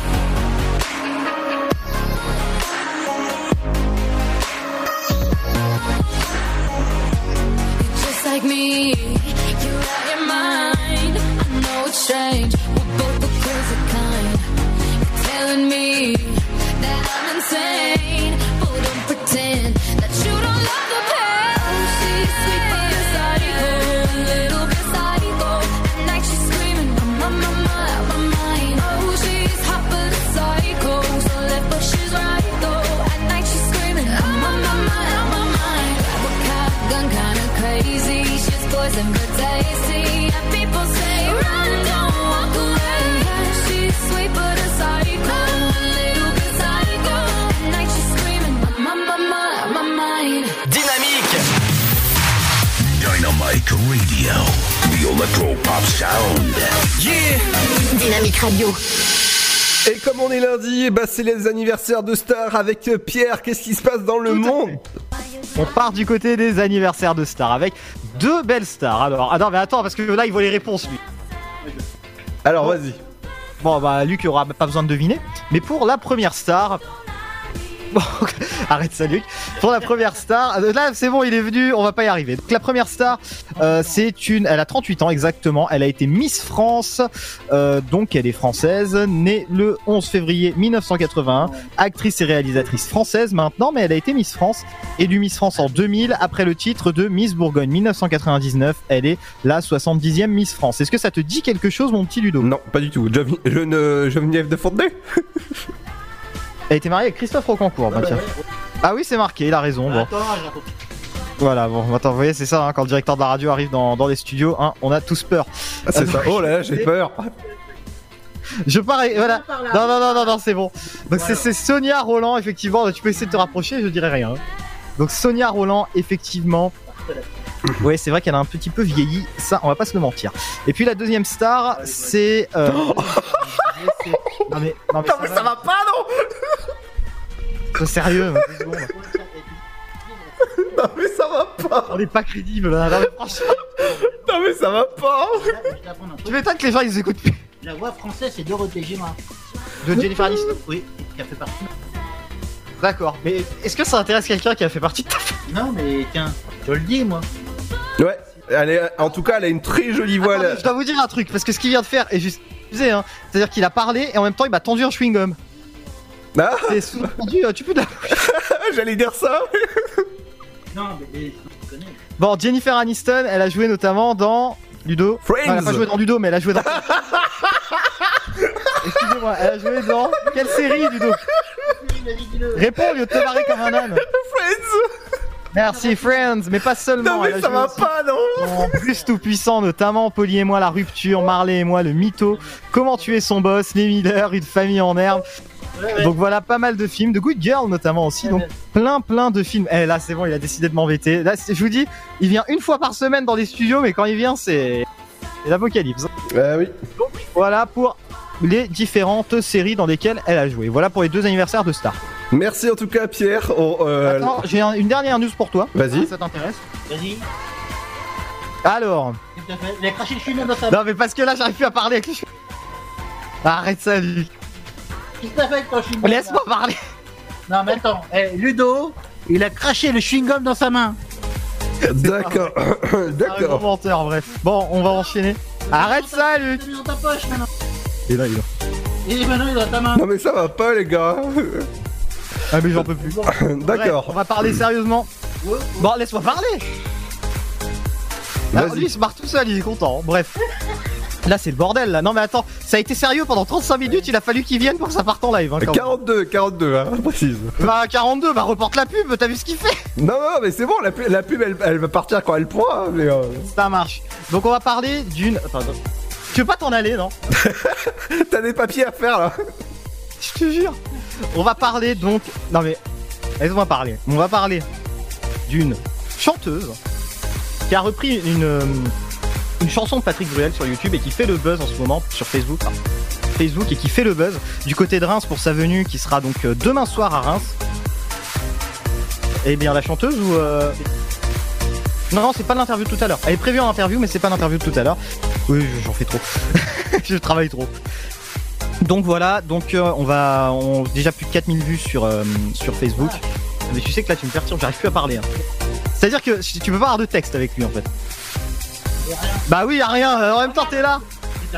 Just like me, you're out your mind. I know it's strange, we're both the crazy kind. You're telling me that I'm insane, but don't pretend that you don't love the pain. Oh, she's sweet but a psycho, a little bit psycho. At night she's screaming, my mind. Oh, she's hot but a psycho, so left but she's right though. At night she's screaming, my mind. Grab a cop gun, kinda crazy. She's poison but tasty. And people say run, don't walk away. She's sweet but a psycho, a little bit psycho. At night she's screaming, my mind. Dynamique. Dynamite Radio. The Electro Pop Sound. Yeah. Dynamique Radio. Et comme on est lundi, bah c'est les anniversaires de stars avec Pierre. Qu'est-ce qui se passe dans le monde? On part du côté des anniversaires de stars avec deux belles stars. Alors, attends, mais attends, parce que là il voit les réponses lui. Alors vas-y. Bon bah Luc aura pas besoin de deviner. Mais pour la première star. Bon, arrête ça Luc. Pour la première star, là c'est bon, il est venu, on va pas y arriver. Donc la première star, elle a 38 ans exactement, elle a été Miss France, donc elle est française, née le 11 février 1981, actrice et réalisatrice française maintenant, mais elle a été Miss France, élue Miss France en 2000, après le titre de Miss Bourgogne 1999, elle est la 70e Miss France. Est-ce que ça te dit quelque chose mon petit Ludo? Non, pas du tout. Geneviève de Fontenay. Elle a été mariée avec Christophe Rocancourt. Bah, tiens. Ah oui, c'est marqué, il a raison. Bon. Voilà, bon, attends, vous voyez, c'est ça, hein, quand le directeur de la radio arrive dans les studios, hein, on a tous peur. Ah, c'est ça. Oh là là, j'ai peur. Je pars, voilà. Non, c'est bon. Donc c'est Sonia Rolland, effectivement. Tu peux essayer de te rapprocher, je dirais rien. Donc Sonia Rolland, effectivement. Ouais, c'est vrai qu'elle a un petit peu vieilli, ça, on va pas se le mentir. Et puis la deuxième star, c'est. Non mais ça va pas, non. C'est sérieux, mais 2 secondes. Non mais ça va pas. On est pas crédible là. Non mais franchement. Non mais ça va pas. Tu m'étonnes que les gens ils écoutent plus. La voix française c'est Dorothée Gima. De Jennifer Aniston. Oui, qui a fait partie. D'accord, mais est-ce que ça intéresse quelqu'un qui a fait partie de ta famille? Non mais tiens, je le dis moi. Ouais, en tout cas elle a une très jolie voix. Attends, je dois vous dire un truc, parce que ce qu'il vient de faire est juste hein. C'est-à-dire qu'il a parlé et en même temps il m'a tendu un chewing-gum. Ah. C'est sous-entendu, tu peux de la... J'allais dire ça. Non mais tu connais. Bon, Jennifer Aniston, elle a joué notamment dans Ludo. Friends. Non, elle a pas joué dans Ludo, mais elle a joué dans... Excusez-moi, elle a joué dans... Quelle série, Ludo? Réponds au lieu de te barrer comme un âne. Friends. Merci Friends, mais pas seulement. Non mais ça va pas, non. Plus tout puissant, notamment Polly et moi, La Rupture, Marley et moi, Le Mytho, Comment tuer son boss, Les Miller, Une famille en herbe. Ouais. Donc voilà, pas mal de films, de Good Girl notamment aussi, donc plein de films. Eh là c'est bon, il a décidé de m'embêter. Là je vous dis, il vient une fois par semaine dans les studios, mais quand il vient c'est l'apocalypse. Oui. Donc voilà pour les différentes séries dans lesquelles elle a joué. Voilà pour les 2 anniversaires de stars. Merci en tout cas Pierre. Attends, j'ai une dernière news pour toi. Vas-y. Ça t'intéresse? Vas-y. Alors. Il a craché le chewing-gum dans sa... Non mais parce que là j'arrive plus à parler avec les cheveux. Arrête ça lui. Qu'est-ce que t'as fait avec ton chewing-gum? Laisse-moi parler. Non mais attends, Ludo, il a craché le chewing-gum dans sa main. D'accord. D'accord. Un menteur, bref. Bon, on va enchaîner. Arrête ça, Luc. Il est dans ta poche maintenant. Et là, il est. Et maintenant il est dans ta main. Non mais ça va pas les gars. Ah mais j'en peux plus. D'accord. Bref, on va parler sérieusement. Bon, laisse-moi parler. Alors, lui il se marre tout seul, il est content. Bref. Là c'est le bordel là. Non mais attends, ça a été sérieux pendant 35 minutes, il a fallu qu'il vienne pour que ça parte en live. 42, hein, précise. Bah 42, bah reporte la pub, t'as vu ce qu'il fait? Non, mais c'est bon, la pub elle va partir quand elle pourra. Mais Ça marche. Donc on va parler d'une... Attends. Tu veux pas t'en aller, non? T'as des papiers à faire là. Je te jure. On va parler donc... Non mais... Laisse-moi parler. On va parler d'une chanteuse qui a repris une chanson de Patrick Bruel sur YouTube et qui fait le buzz en ce moment sur Facebook et qui fait le buzz du côté de Reims pour sa venue qui sera donc demain soir à Reims. Eh bien la chanteuse ou... Non, c'est pas l'interview de tout à l'heure. Elle est prévue en interview mais c'est pas l'interview de tout à l'heure. Oui, j'en fais trop. Je travaille trop. Donc voilà, on déjà plus de 4000 vues sur Facebook. Mais tu sais que là tu me perturbes, j'arrive plus à parler. Hein. C'est-à-dire que tu peux pas avoir de texte avec lui en fait. Bah oui, y'a rien, en même temps t'es là.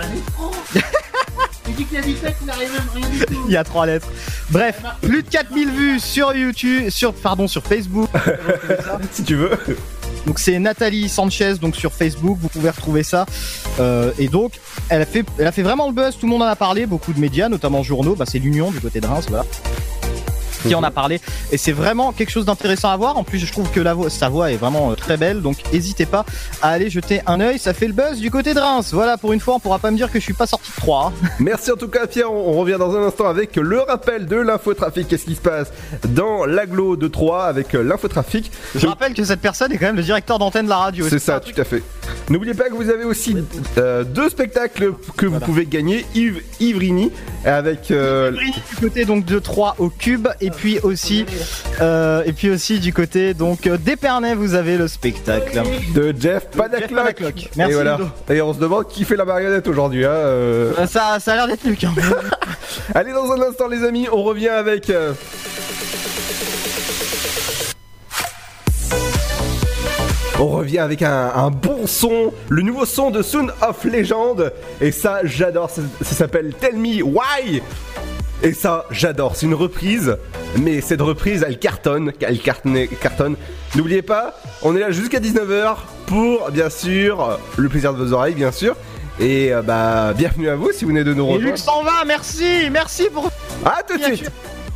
Tu dis qu'il y a 17, il n'arrive même rien du tout. Il y a 3 lettres. Bref, plus de 4000 vues sur YouTube, sur Facebook. Si tu veux. Donc c'est Nathalie Sanchez donc sur Facebook, vous pouvez retrouver ça. Et donc elle a fait vraiment le buzz, tout le monde en a parlé, beaucoup de médias, notamment journaux, bah c'est l'Union du côté de Reims, voilà. Qui en a parlé et c'est vraiment quelque chose d'intéressant à voir. En plus je trouve que sa voix est vraiment très belle, donc n'hésitez pas à aller jeter un œil, ça fait le buzz du côté de Reims. Voilà, pour une fois on pourra pas me dire que je suis pas sorti de 3 hein. Merci en tout cas Pierre, on revient dans un instant avec le rappel de l'infotrafic. Qu'est-ce qui se passe dans l'agglo de Troyes avec l'infotrafic. Je rappelle que cette personne est quand même le directeur d'antenne de la radio. C'est ça, tout à fait. N'oubliez pas que vous avez aussi 2 spectacles que vous pouvez gagner. Ivrini avec du côté donc de Troyes au Cube et puis aussi du côté donc d'Épernay vous avez le spectacle de Jeff Panaclock. Merci. Et voilà. Et on se demande qui fait la marionnette aujourd'hui. Hein, ça a l'air d'être Luc. Hein. Allez, dans un instant les amis, on revient avec... On revient avec un bon son, le nouveau son de Sound of Legend. Et ça, j'adore, ça s'appelle Tell Me Why. Et ça, j'adore, c'est une reprise. Mais cette reprise, elle cartonne. N'oubliez pas, on est là jusqu'à 19h pour, bien sûr, le plaisir de vos oreilles, bien sûr. Et bienvenue à vous si vous venez de nous rejoindre. Et Luc s'en va, merci pour... À tout de suite.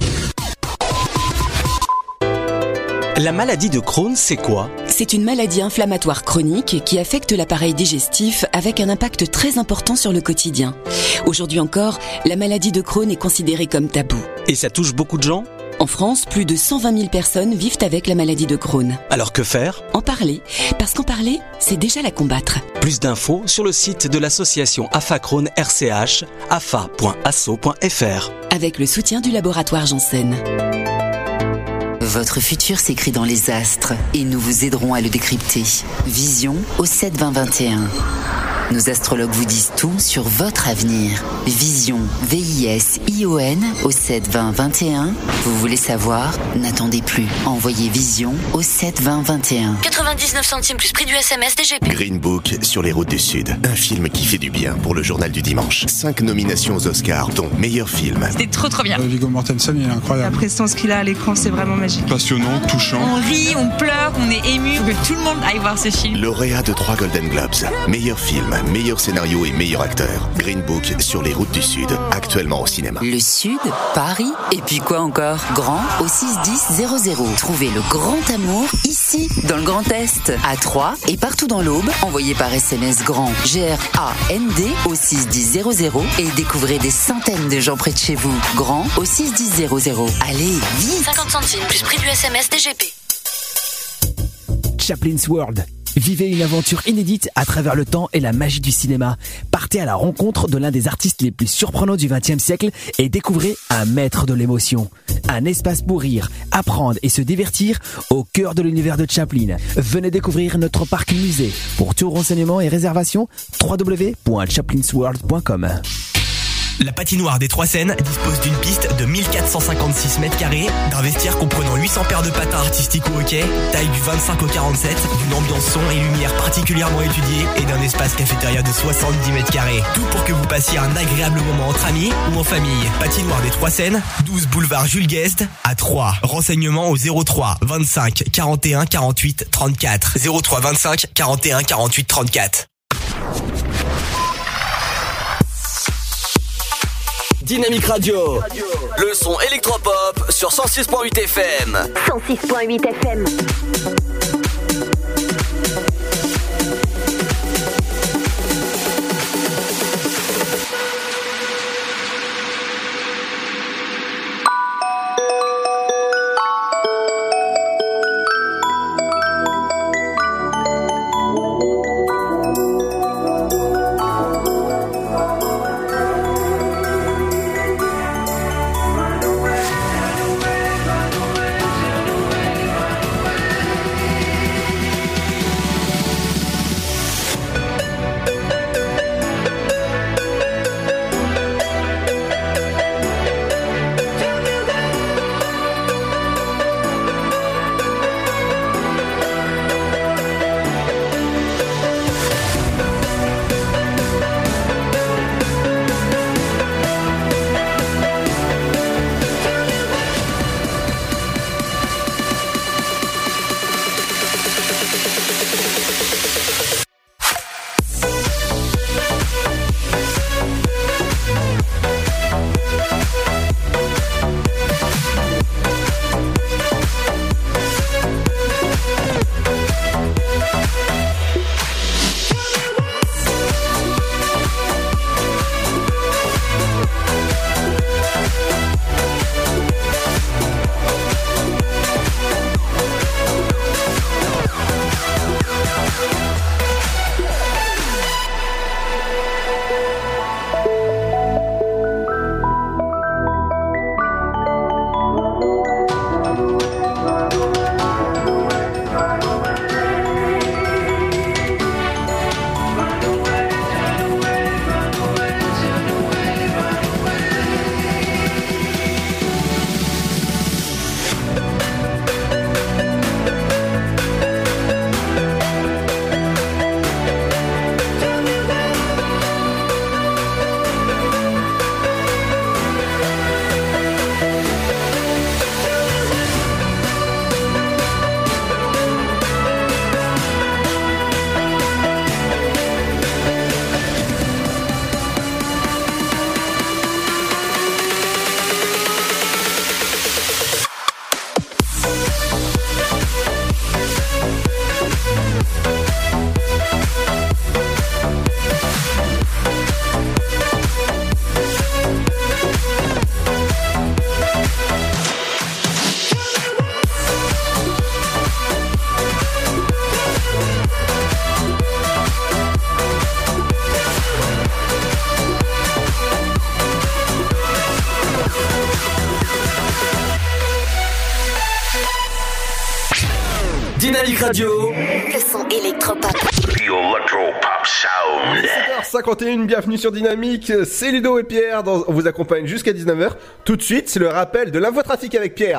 La maladie de Crohn, c'est quoi? C'est une maladie inflammatoire chronique qui affecte l'appareil digestif avec un impact très important sur le quotidien. Aujourd'hui encore, la maladie de Crohn est considérée comme tabou. Et ça touche beaucoup de gens? En France, plus de 120 000 personnes vivent avec la maladie de Crohn. Alors que faire? En parler, parce qu'en parler, c'est déjà la combattre. Plus d'infos sur le site de l'association AFA Crohn RCH, afa.asso.fr. Avec le soutien du laboratoire Janssen. Votre futur s'écrit dans les astres et nous vous aiderons à le décrypter. Vision au 7-20-21. Nos astrologues vous disent tout sur votre avenir. Vision, V-I-S-I-O-N au 7-20-21. Vous voulez savoir? N'attendez plus. Envoyez Vision au 7-20-21. 99 centimes plus prix du SMS DGP. Green Book sur les routes du Sud. Un film qui fait du bien pour le journal du dimanche. 5 nominations aux Oscars, dont meilleur film. C'était trop bien. Viggo Mortensen, il est incroyable. La prestance qu'il a à l'écran, c'est vraiment magique. Passionnant, touchant. On rit, on pleure, on est ému. Faut que tout le monde aille voir ce film. Lauréat de 3 Golden Globes. Meilleur film, meilleur scénario et meilleur acteur. Green Book sur les routes du Sud, actuellement au cinéma. Le Sud, Paris, et puis quoi encore? Grand au 61000. Trouvez le grand amour ici, dans le Grand Est, à Troyes et partout dans l'Aube. Envoyez par SMS grand, G-R-A-N-D au 61000 et découvrez des centaines de gens près de chez vous. Grand au 61000. Allez, vite! 50 centimes plus prix du SMS DGP. Chaplin's World. Vivez une aventure inédite à travers le temps et la magie du cinéma. Partez à la rencontre de l'un des artistes les plus surprenants du XXe siècle et découvrez un maître de l'émotion. Un espace pour rire, apprendre et se divertir au cœur de l'univers de Chaplin. Venez découvrir notre parc musée. Pour tout renseignement et réservation, www.chaplinsworld.com. La patinoire des Trois Seines dispose d'une piste de 1456 mètres carrés, d'un vestiaire comprenant 800 paires de patins artistiques au hockey, taille du 25 au 47, d'une ambiance son et lumière particulièrement étudiée et d'un espace cafétéria de 70 mètres carrés. Tout pour que vous passiez un agréable moment entre amis ou en famille. Patinoire des Trois Seines, 12 boulevard Jules Guest à Troyes. Renseignements au 03 25 41 48 34. 03 25 41 48 34. Dynamique Radio, le son électropop sur 106.8 FM. 106.8 FM. Dynamique Radio, le son électropop. The Electropop Sound. 7h51, bienvenue sur Dynamique, c'est Ludo et Pierre, on vous accompagne jusqu'à 19h. Tout de suite, c'est le rappel de l'infotrafic avec Pierre.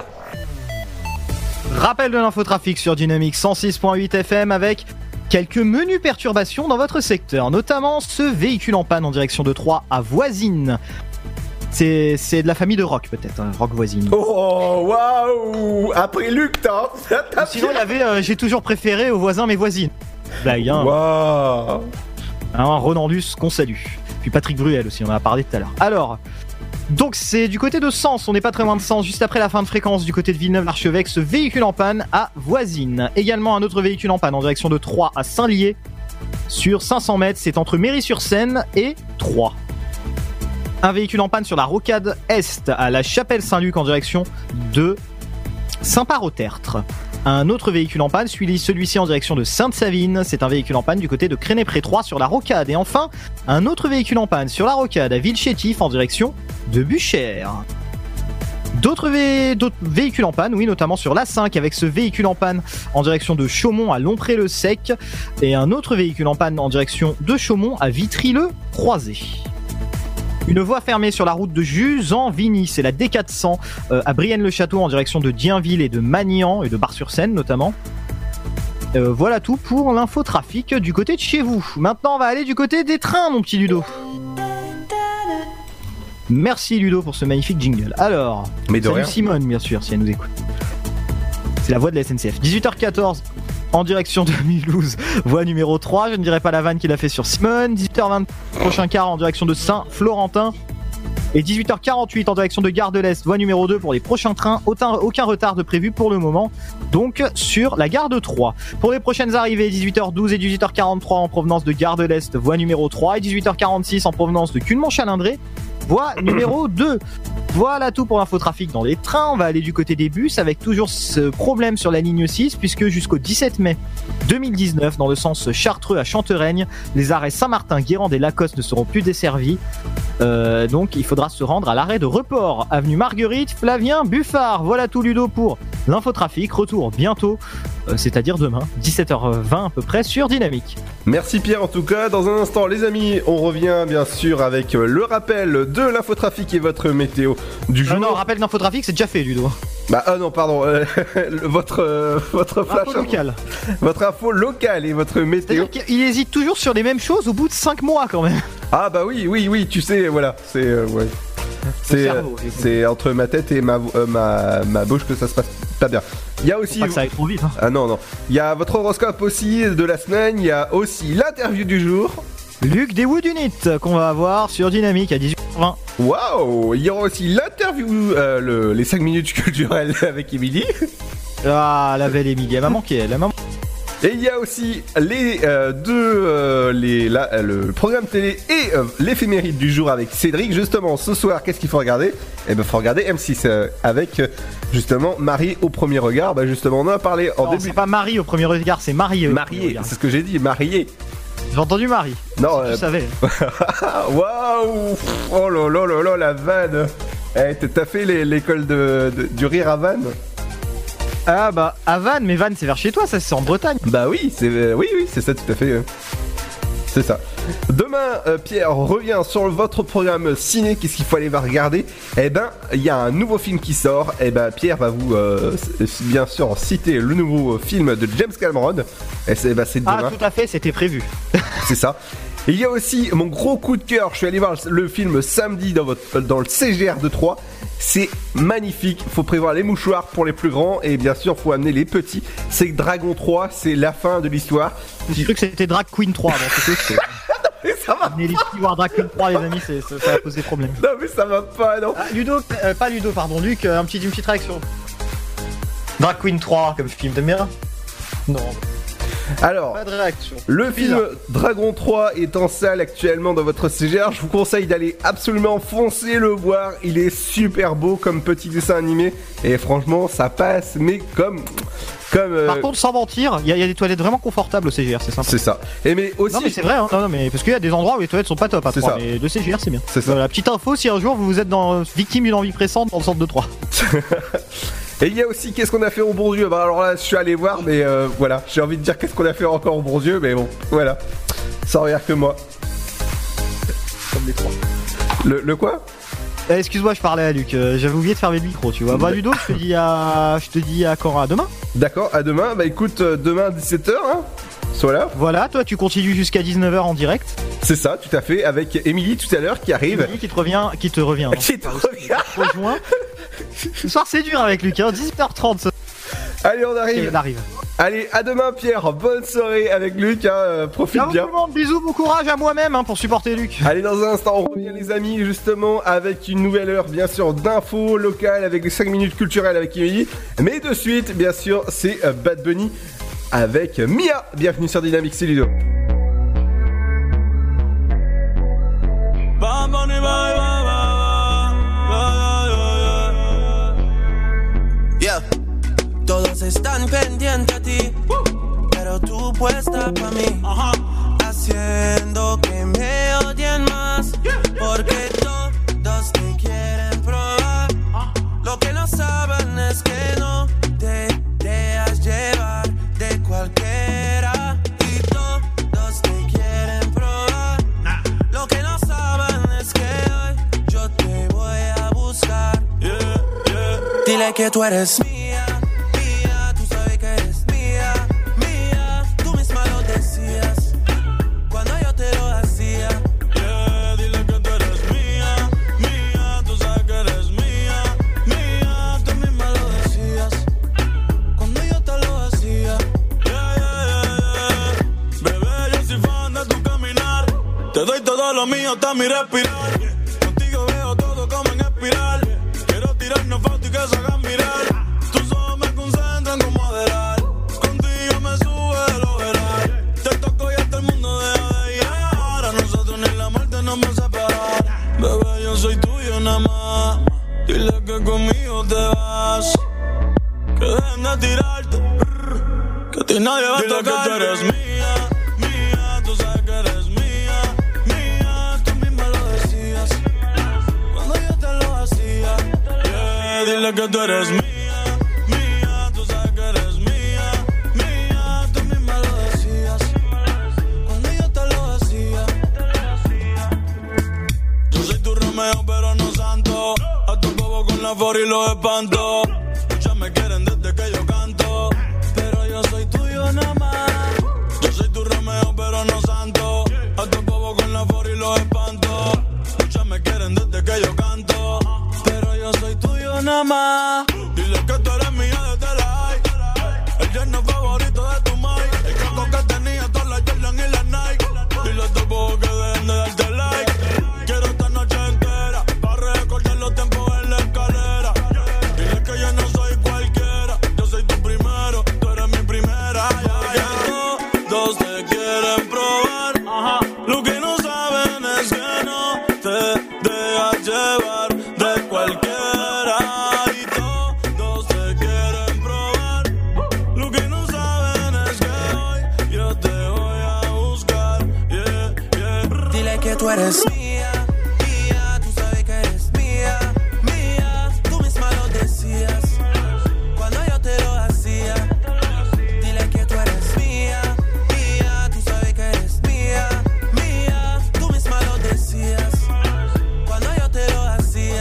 Rappel de l'infotrafic sur Dynamique 106.8 FM avec quelques menues perturbations dans votre secteur, notamment ce véhicule en panne en direction de Troyes à Voisines. C'est de la famille de Rock peut-être, hein, Rock Voisine. Oh waouh. Après Luc, t'as sinon il y avait j'ai toujours préféré aux voisins mes voisines. Blague, hein. Waouh. Ronaldus qu'on salue. Puis Patrick Bruel aussi, on en a parlé tout à l'heure. Alors, donc c'est du côté de Sens, on n'est pas très loin de Sens, juste après la fin de fréquence du côté de Villeneuve-l'Archevêque, ce véhicule en panne à Voisines. Également un autre véhicule en panne en direction de Troyes à Saint-Lié. Sur 500 mètres, c'est entre Méry-sur-Seine et Troyes. Un véhicule en panne sur la rocade Est à la Chapelle-Saint-Luc en direction de Saint-Par-au-Tertre. Un autre véhicule en panne, celui-ci en direction de Sainte-Savine. C'est un véhicule en panne du côté de Créné-Pré-Troyes sur la rocade. Et enfin, un autre véhicule en panne sur la rocade à Villechétif en direction de Buchères. D'autres véhicules en panne, oui, notamment sur l'A5 avec ce véhicule en panne en direction de Chaumont à Lompré-le-Sec. Et un autre véhicule en panne en direction de Chaumont à Vitry-le-Croisé. Une voie fermée sur la route de Juzan-Vigny, c'est la D400 à Brienne-le-Château en direction de Dienville et de Magnan et de Bar-sur-Seine notamment. Voilà tout pour l'infotrafic du côté de chez vous. Maintenant on va aller du côté des trains mon petit Ludo. Merci Ludo pour ce magnifique jingle. Alors, salut Simone bien sûr si elle nous écoute. C'est la voix de la SNCF. 18h14 en direction de Mulhouse, voie numéro 3. Je ne dirai pas la vanne qu'il a fait sur Simone. 18h20 prochain quart en direction de Saint-Florentin. Et 18h48 en direction de Gare de l'Est, voie numéro 2 pour les prochains trains. Aucun retard de prévu pour le moment. Donc sur la gare de Troyes. Pour les prochaines arrivées, 18h12 et 18h43 en provenance de Gare de l'Est, voie numéro 3. Et 18h46 en provenance de Culemont-Chalindré, voie numéro 2. Voilà tout pour l'infotrafic dans les trains. On va aller du côté des bus avec toujours ce problème sur la ligne 6 puisque jusqu'au 17 mai 2019, dans le sens Chartreux à Chantereigne, les arrêts Saint-Martin, Guérande et Lacoste ne seront plus desservis. Donc il faudra se rendre à l'arrêt de Report, avenue Marguerite, Flavien, Buffard. Voilà tout Ludo pour l'infotrafic. Retour bientôt, c'est-à-dire demain, 17h20 à peu près sur Dynamique. Merci Pierre en tout cas. Dans un instant les amis, on revient bien sûr avec le rappel de l'infotrafic et votre météo du jour. Non, rappel d'infotrafic c'est déjà fait Ludo. Non pardon, votre flash info locale. Votre info locale et votre météo. C'est-à-dire qu'il hésite toujours sur les mêmes choses au bout de 5 mois quand même. Ah bah oui, tu sais, voilà, ouais. C'est entre ma tête et ma bouche que ça se passe pas bien. Il y a aussi. Faut pas que ça aille trop vite. Hein. Ah non. Il y a votre horoscope aussi de la semaine. Il y a aussi l'interview du jour. Luc des Wood Unit qu'on va avoir sur Dynamique à 18h20. Waouh. Il y aura aussi l'interview, les 5 minutes culturelles avec Émilie. Ah la belle Émilie, elle m'a manqué. Et il y a aussi le programme télé et l'éphéméride du jour avec Cédric. Justement, ce soir, qu'est-ce qu'il faut regarder ? Eh ben, faut regarder M6 avec justement Marie au premier regard. Bah justement, on en a parlé en début. C'est pas Marie au premier regard, c'est Marie. Marié, c'est ce que j'ai dit, marié. J'ai entendu Marie. Non, tu savais. Waouh. Oh là, la vanne. T'as fait l'école du rire à Vannes ? Ah bah à Vannes, mais Vannes c'est vers chez toi, ça c'est en Bretagne. Bah oui, c'est ça tout à fait. C'est ça. Demain, Pierre revient sur votre programme ciné. Qu'est-ce qu'il faut aller regarder ? Eh ben, il y a un nouveau film qui sort. Eh ben, Pierre va vous bien sûr citer le nouveau film de James Cameron. Et c'est demain. Ah tout à fait, c'était prévu. C'est ça. Et il y a aussi mon gros coup de cœur. Je suis allé voir le film samedi dans le CGR de Troyes. C'est magnifique. Faut prévoir les mouchoirs pour les plus grands et bien sûr faut amener les petits. C'est Dragon 3, c'est la fin de l'histoire. J'ai cru que c'était Drag Queen 3. Non, mais ça va. Les petits voir Drag Queen 3 les amis, ça va poser problème. Non mais ça va pas non. Ludo, pas Ludo pardon, Luc, une petite réaction. Drag Queen 3 comme film, t'aimes bien ? Non. Alors, pas de réaction. Le film Dragon 3 est en salle actuellement dans votre CGR. Je vous conseille d'aller absolument foncer le voir. Il est super beau comme petit dessin animé. Et franchement, ça passe, mais comme Par contre, sans mentir, il y a des toilettes vraiment confortables au CGR, c'est sympa. C'est ça. Et mais aussi. Non, mais c'est vrai, hein. Non, mais parce qu'il y a des endroits où les toilettes sont pas top à Troyes. Mais le CGR, c'est bien. C'est ça. Voilà, petite info si un jour vous êtes victime d'une envie pressante dans le centre de Troyes. Et il y a aussi qu'est-ce qu'on a fait au Bourdieu. Bah alors là je suis allé voir mais voilà, j'ai envie de dire qu'est-ce qu'on a fait encore au Bourdieu, mais bon voilà, ça regarde que moi. Comme les trois. Le quoi? Excuse-moi, je parlais à Luc, j'avais oublié de fermer le micro, tu vois. Bah Ludo, je te dis à quand? À demain. D'accord, à demain. Bah écoute, demain à 17h hein. Voilà. Voilà, toi tu continues jusqu'à 19h en direct. C'est ça, tout à fait, avec Émilie tout à l'heure qui arrive. Émilie qui te revient. Qui te revient. Rejoint. Ce soir c'est dur avec Luc, hein, 18h30. Allez, on arrive. On arrive. Allez, à demain Pierre, bonne soirée avec Luc, hein, profite bien. Tout le monde, bisous, bon courage à moi-même hein, pour supporter Luc. Allez, dans un instant, on revient les amis, justement, avec une nouvelle heure, bien sûr, d'infos locales, avec les 5 minutes culturelles avec Émilie. Mais de suite, bien sûr, c'est Bad Bunny avec Mia. Bienvenue sur Dynamique, c'est Ludo. Yeah. Todos están pendientes a ti, pero tú puesta pa' mí, haciendo que me odien más, porque todos te quieren probar. Lo que no saben es que no te dejas llevar de cualquiera, y todos te quieren probar. Lo que no saben es que hoy que tú eres mía, mía, tú sabes que eres mía, mía, tú misma lo decías cuando yo te lo hacía. Yeah, dile que tú eres mía, mía, tú sabes que eres mía, mía, tú misma lo decías cuando yo te lo hacía. Yeah, yeah, yeah, yeah. Bebé, yo soy fan de tu caminar, te doy todo lo mío hasta mi respirar. Contigo veo todo como en espiral. Quiero tirarnos fotos y que se hagan mirar. Tus ojos me concentran como moderar. Contigo me sube el overall. Te toco y hasta el mundo deja de llegar. A nosotros ni la muerte nos va a separar. Bebé, yo soy tuyo nada más. Dile que conmigo te vas. Que dejen de tirarte. Que a ti nadie va a tocar. Dile que tú eres mía, mía. Tú sabes que eres mía, mía. Tú misma lo decías cuando yo te lo hacía. Yeah, dile que tú eres mía, mía. Tú sabes que eres mía, mía. Tú misma lo decías cuando yo te lo hacía. Yo soy tu Romeo pero no santo. A tu bobo con la for y los espanto. Ya me quieren desde que yo canto, pero yo soy tuyo nada más. Yo soy tu Romeo pero no santo. A tu bobo con la for y los espanto. Ya me quieren desde que yo canto, pero yo soy tuyo nada más. Dile que tú eres mía desde la high. El yerno favorito de tu mai. El caco que tenía todas las Jordan y las Nike. Dile a tu bobo que dejen de darte like. Quiero esta noche entera para recordar los tiempos en la escalera. Dile que yo no soy cualquiera. Yo soy tu primero, tú eres mi primera. Todos te quieren probar. Lo que no saben es que no te dejas llevar de cualquiera. Y todos te quieren probar. Lo que no saben es que hoy yo te voy a buscar. Yeah, yeah. Dile que tú eres mía, mía. Tú sabes que eres mía, mía. Tú misma lo decías cuando yo te lo hacía. Dile que tú eres mía, mía. Tú sabes que eres mía, mía. Tú misma lo decías cuando yo te lo hacía.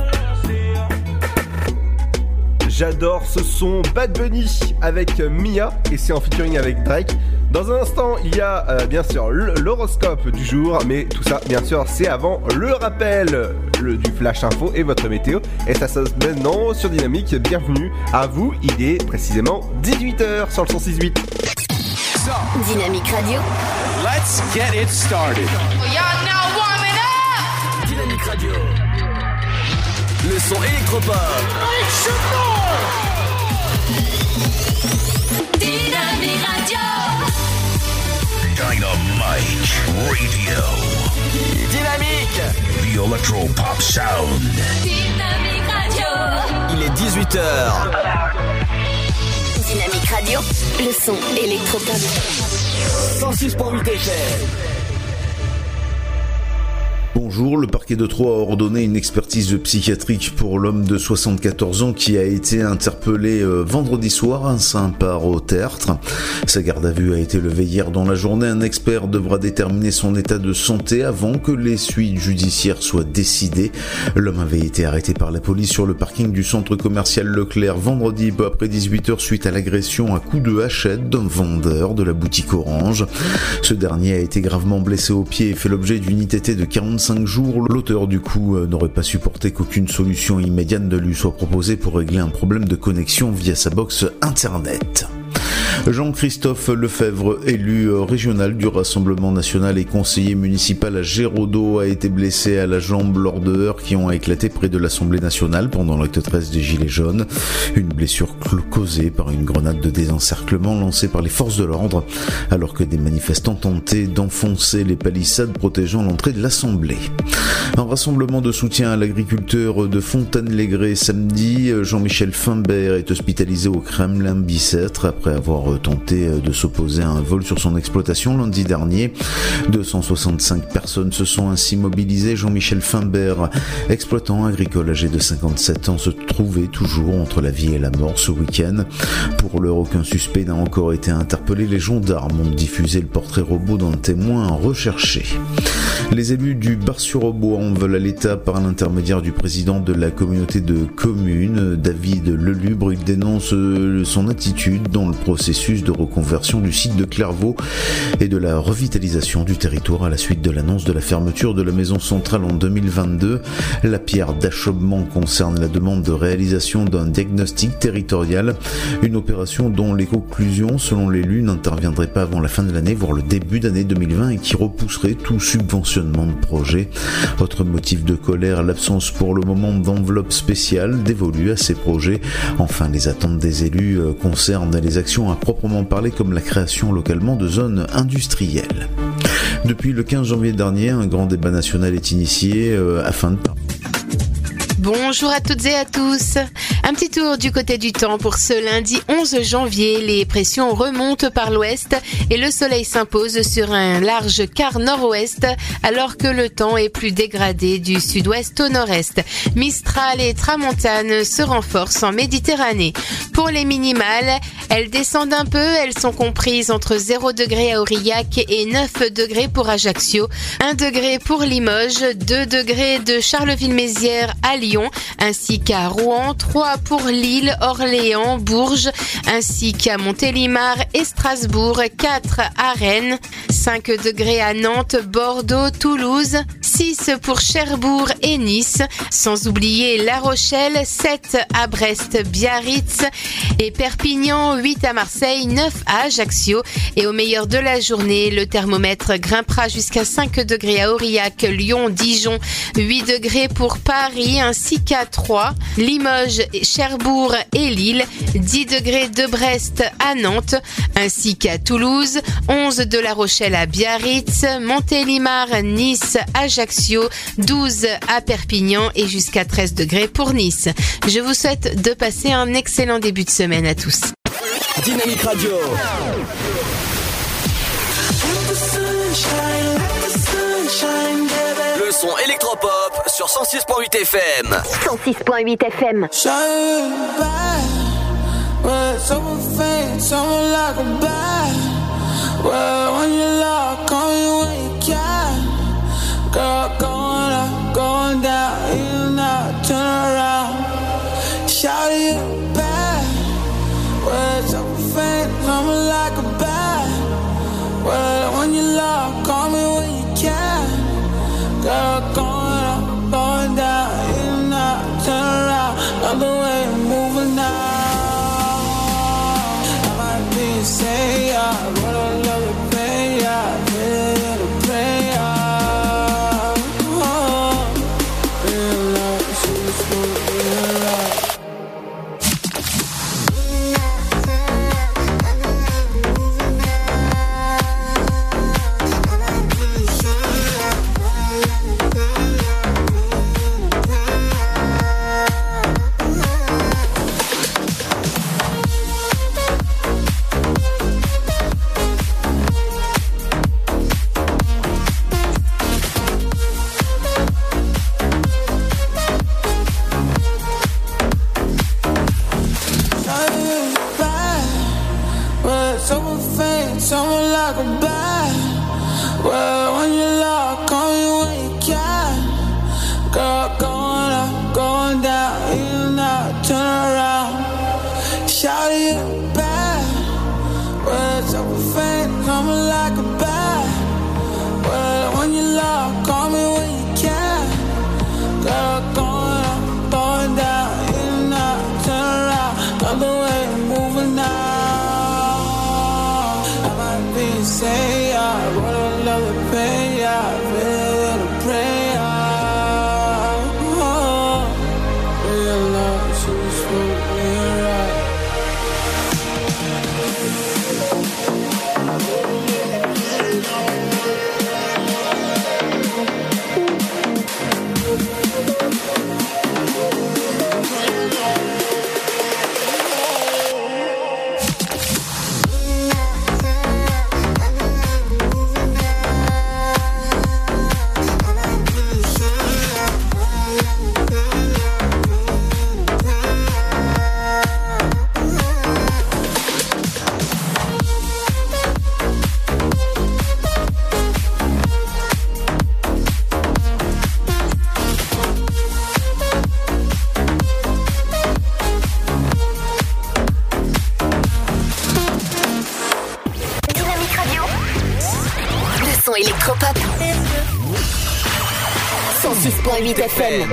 J'adore ce son. Bad Bunny avec Mia et c'est en featuring avec Drake. Dans un instant, il y a bien sûr l'horoscope du jour, mais tout ça, bien sûr, c'est avant le rappel du Flash Info et votre météo. Et ça se passe maintenant sur Dynamique. Bienvenue à vous. Il est précisément 18h sur le 106.8. Dynamique Radio. Let's get it started. Y'all now warming up. Dynamique Radio. Le son électropop. Make some noise. Dynamique Radio. Dynamite Radio. Dynamique. The Electro Pop Sound. Dynamique Radio. Il est 18h. Dynamique Radio. Le son électropop. 106.8 FM. Bonjour, le parquet de Troyes a ordonné une expertise psychiatrique pour l'homme de 74 ans qui a été interpellé vendredi soir à Saint-Par-au-Tertre. Sa garde à vue a été levée hier dans la journée. Un expert devra déterminer son état de santé avant que les suites judiciaires soient décidées. L'homme avait été arrêté par la police sur le parking du centre commercial Leclerc vendredi peu après 18h suite à l'agression à coups de hachette d'un vendeur de la boutique Orange. Ce dernier a été gravement blessé au pied et fait l'objet d'une ITT de 45 jours. L'auteur du coup n'aurait pas supporté qu'aucune solution immédiate ne lui soit proposée pour régler un problème de connexion via sa box internet. Jean-Christophe Lefebvre, élu régional du Rassemblement national et conseiller municipal à Géraudot, a été blessé à la jambe lors de heurts qui ont éclaté près de l'Assemblée nationale pendant l'acte 13 des Gilets jaunes. Une blessure causée par une grenade de désencerclement lancée par les forces de l'ordre alors que des manifestants tentaient d'enfoncer les palissades protégeant l'entrée de l'Assemblée. Un rassemblement de soutien à l'agriculteur de Fontaine-les-Grès samedi. Jean-Michel Fimbert est hospitalisé au Kremlin-Bicêtre après avoir tenté de s'opposer à un vol sur son exploitation lundi dernier. 265 personnes se sont ainsi mobilisées. Jean-Michel Fimbert, exploitant agricole âgé de 57 ans, se trouvait toujours entre la vie et la mort ce week-end. Pour l'heure, aucun suspect n'a encore été interpellé. Les gendarmes ont diffusé le portrait robot d'un témoin recherché. Les élus du Bar-sur-Aubois en veulent à l'État par l'intermédiaire du président de la communauté de communes, David Lelubre. Il dénonce son attitude dans le processus de reconversion du site de Clairvaux et de la revitalisation du territoire à la suite de l'annonce de la fermeture de la maison centrale en 2022. La pierre d'achoppement concerne la demande de réalisation d'un diagnostic territorial, une opération dont les conclusions, selon l'élu, n'interviendraient pas avant la fin de l'année, voire le début d'année 2020, et qui repousserait tout subventionnement de projet. Autre motif de colère, l'absence pour le moment d'enveloppe spéciale dévolue à ces projets. Enfin, les attentes des élus concernent les actions à proprement parler, comme la création localement de zones industrielles. Depuis le 15 janvier dernier, un grand débat national est initié afin de... Bonjour à toutes et à tous. Un petit tour du côté du temps pour ce lundi 11 janvier. Les pressions remontent par l'ouest et le soleil s'impose sur un large quart nord-ouest alors que le temps est plus dégradé du sud-ouest au nord-est. Mistral et tramontane se renforcent en Méditerranée. Pour les minimales, elles descendent un peu. Elles sont comprises entre 0 degré à Aurillac et 9 degrés pour Ajaccio, 1 degré pour Limoges, 2 degrés de Charleville-Mézières à Lyon, ainsi qu'à Rouen, 3 pour Lille, Orléans, Bourges, ainsi qu'à Montélimar et Strasbourg, 4 à Rennes, 5 degrés à Nantes, Bordeaux, Toulouse, 6 pour Cherbourg et Nice, sans oublier La Rochelle, 7 à Brest, Biarritz et Perpignan, 8 à Marseille, 9 à Ajaccio. Et au meilleur de la journée, le thermomètre grimpera jusqu'à 5 degrés à Aurillac, Lyon, Dijon, 8 degrés pour Paris, ainsi qu'à Troyes, Limoges, Cherbourg et Lille, 10 degrés de Brest à Nantes, ainsi qu'à Toulouse, 11 de La Rochelle à Biarritz, Montélimar, Nice, Ajaccio, 12 à Perpignan et jusqu'à 13 degrés pour Nice. Je vous souhaite de passer un excellent début de semaine à tous. Dynamique Radio. Le son électropop sur 106.8 FM. 106.8 FM. When you love, call me when you can. Girl, going up, going down, in and out, turn around. Shout you back. Well, so famous, I'm like a bat. Well, when you love, call me when you can. Girl, going up, going down, in and out, turn around. Love the way you're moving now. I might be say yeah, but I love the pain, yeah, yeah, the pain, yeah. Oh, real life, she's so real life. Someone like a bat. Well, when you love, call me when you can. Girl, going up, going down, in and out, turn around. Shout you back. Well, so famous, someone like a bat. Well, when you love, call me when you can. Girl, going up, going down, in and out, turn around. Love the way you're moving now. Say I wanna love the pain, I feel the prayer. Oh, real love, she's so real right. électropop. 106.8 FM.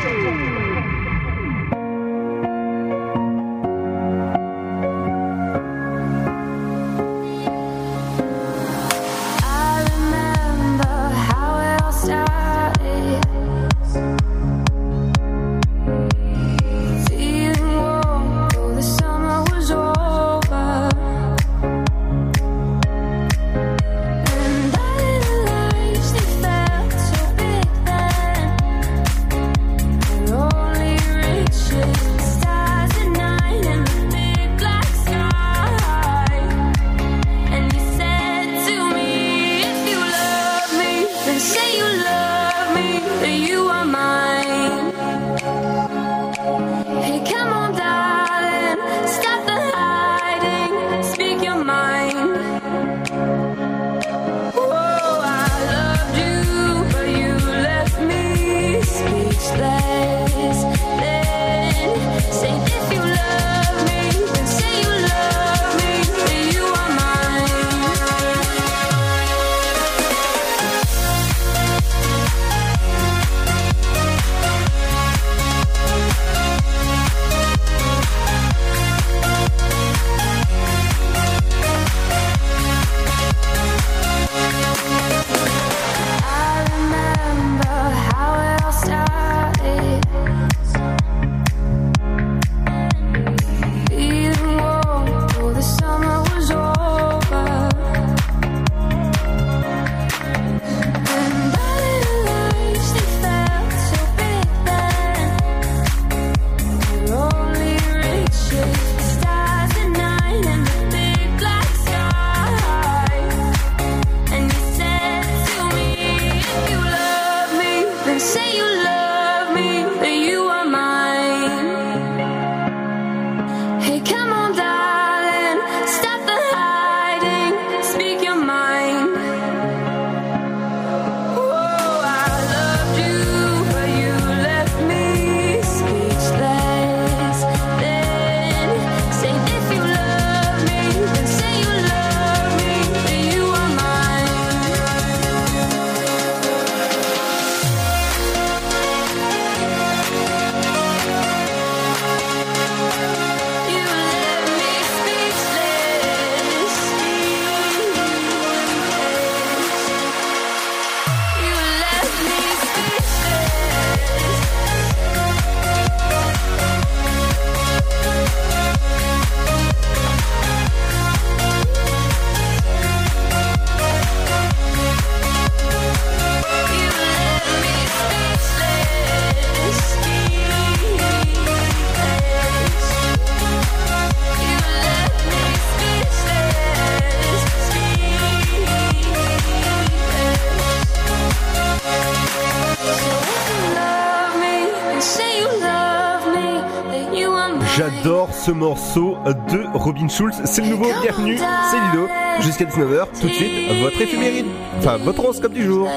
J'adore ce morceau de Robin Schulz. C'est le nouveau Bienvenue, c'est Ludo. Jusqu'à 19h, tout de suite, votre éphéméride. Enfin, votre horoscope du jour.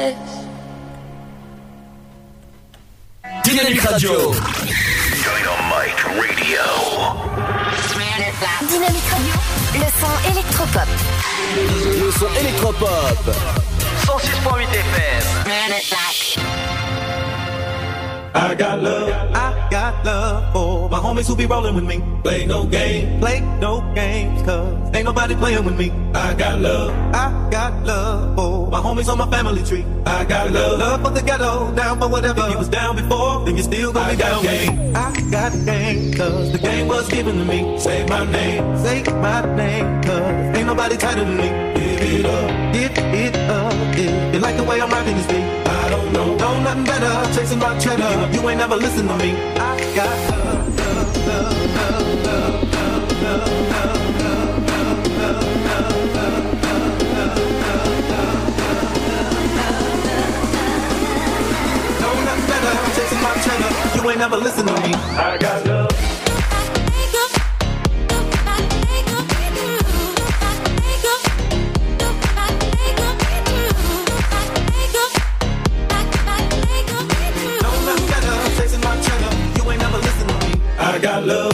Dynamique Radio. Dynamique Radio, le son électropop. Le son électropop. 106.8 FM. I got love for my homies who be rolling with me. Play no games, cause ain't nobody playing with me. I got love for my homies on my family tree. I got love for the ghetto, down for whatever. If you was down before, then you still gonna be down. I got game, cause the game was given to me. Say my name, cause ain't nobody tighter than me. Give it up, if you like the way I'm rocking this beat. I don't know nothing better, chasing my cheddar. You ain't never listen to me. I got love. Know nothing better, chasing my cheddar. You ain't never listen to me. I got love. I got love.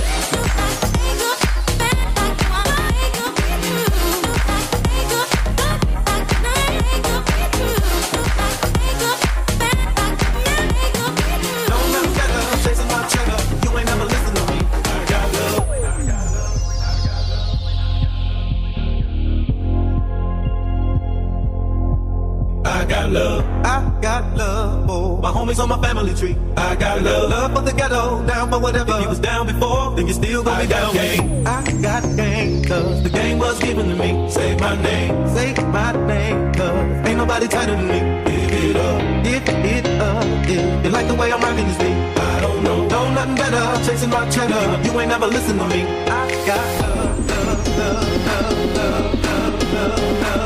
got love. I got love for my homies on my family tree. I got love. Love for the ghetto, down for whatever. If you was down before, then you still gonna be down. Game. I got game, cause the game was given to me. Say my name, cause ain't nobody tighter than me. Give it up, if you like the way I'm rocking this beat. I don't know, nothing better, chasing my cheddar. You ain't never listen to me. I got love, love, love, love, love, love, love, love.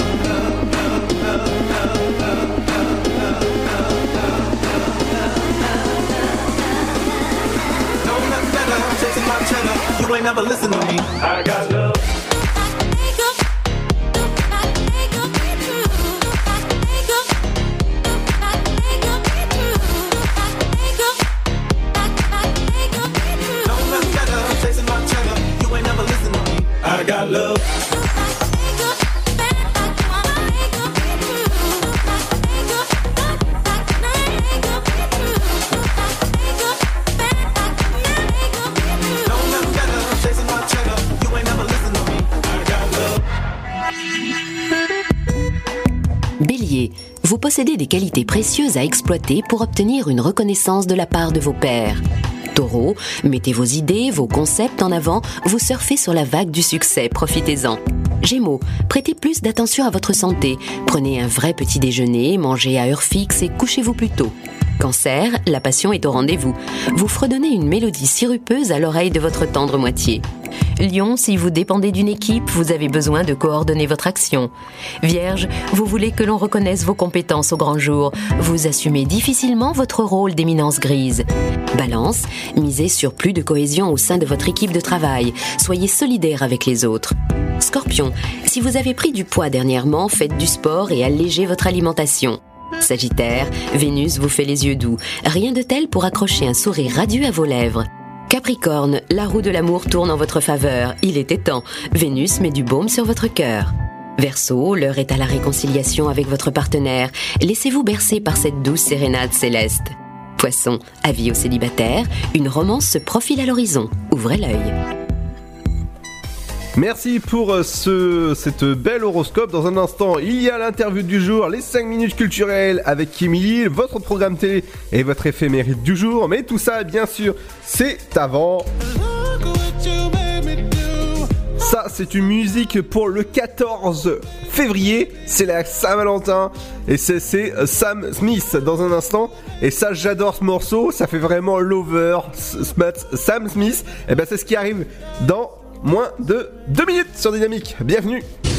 Chasing my cheddar, you ain't never listen to me. I got love. No nothing better, chasing my cheddar, you ain't never listen to me. I got love. Bélier, vous possédez des qualités précieuses à exploiter pour obtenir une reconnaissance de la part de vos pairs. Taureau, mettez vos idées, vos concepts en avant, vous surfez sur la vague du succès, profitez-en. Gémeaux, prêtez plus d'attention à votre santé, prenez un vrai petit déjeuner, mangez à heure fixe et couchez-vous plus tôt. Cancer, la passion est au rendez-vous. Vous fredonnez une mélodie sirupeuse à l'oreille de votre tendre moitié. Lion, si vous dépendez d'une équipe, vous avez besoin de coordonner votre action. Vierge, vous voulez que l'on reconnaisse vos compétences au grand jour. Vous assumez difficilement votre rôle d'éminence grise. Balance, misez sur plus de cohésion au sein de votre équipe de travail. Soyez solidaire avec les autres. Scorpion, si vous avez pris du poids dernièrement, faites du sport et allégez votre alimentation. Sagittaire, Vénus vous fait les yeux doux. Rien de tel pour accrocher un sourire radieux à vos lèvres. Capricorne, la roue de l'amour tourne en votre faveur. Il était temps. Vénus met du baume sur votre cœur. Verseau, l'heure est à la réconciliation avec votre partenaire. Laissez-vous bercer par cette douce sérénade céleste. Poisson, avis aux célibataires, une romance se profile à l'horizon. Ouvrez l'œil. Merci pour cette belle horoscope. Dans un instant, il y a l'interview du jour, les 5 minutes culturelles avec Kimili, votre programme télé et votre éphéméride du jour. Mais tout ça, bien sûr, c'est avant. Ça, c'est une musique pour le 14 février. C'est la Saint-Valentin. Et c'est Sam Smith dans un instant. Et ça, j'adore ce morceau. Ça fait vraiment lover. Sam Smith. Et ben, c'est ce qui arrive dans moins de 2 minutes sur Dynamique. Bienvenue.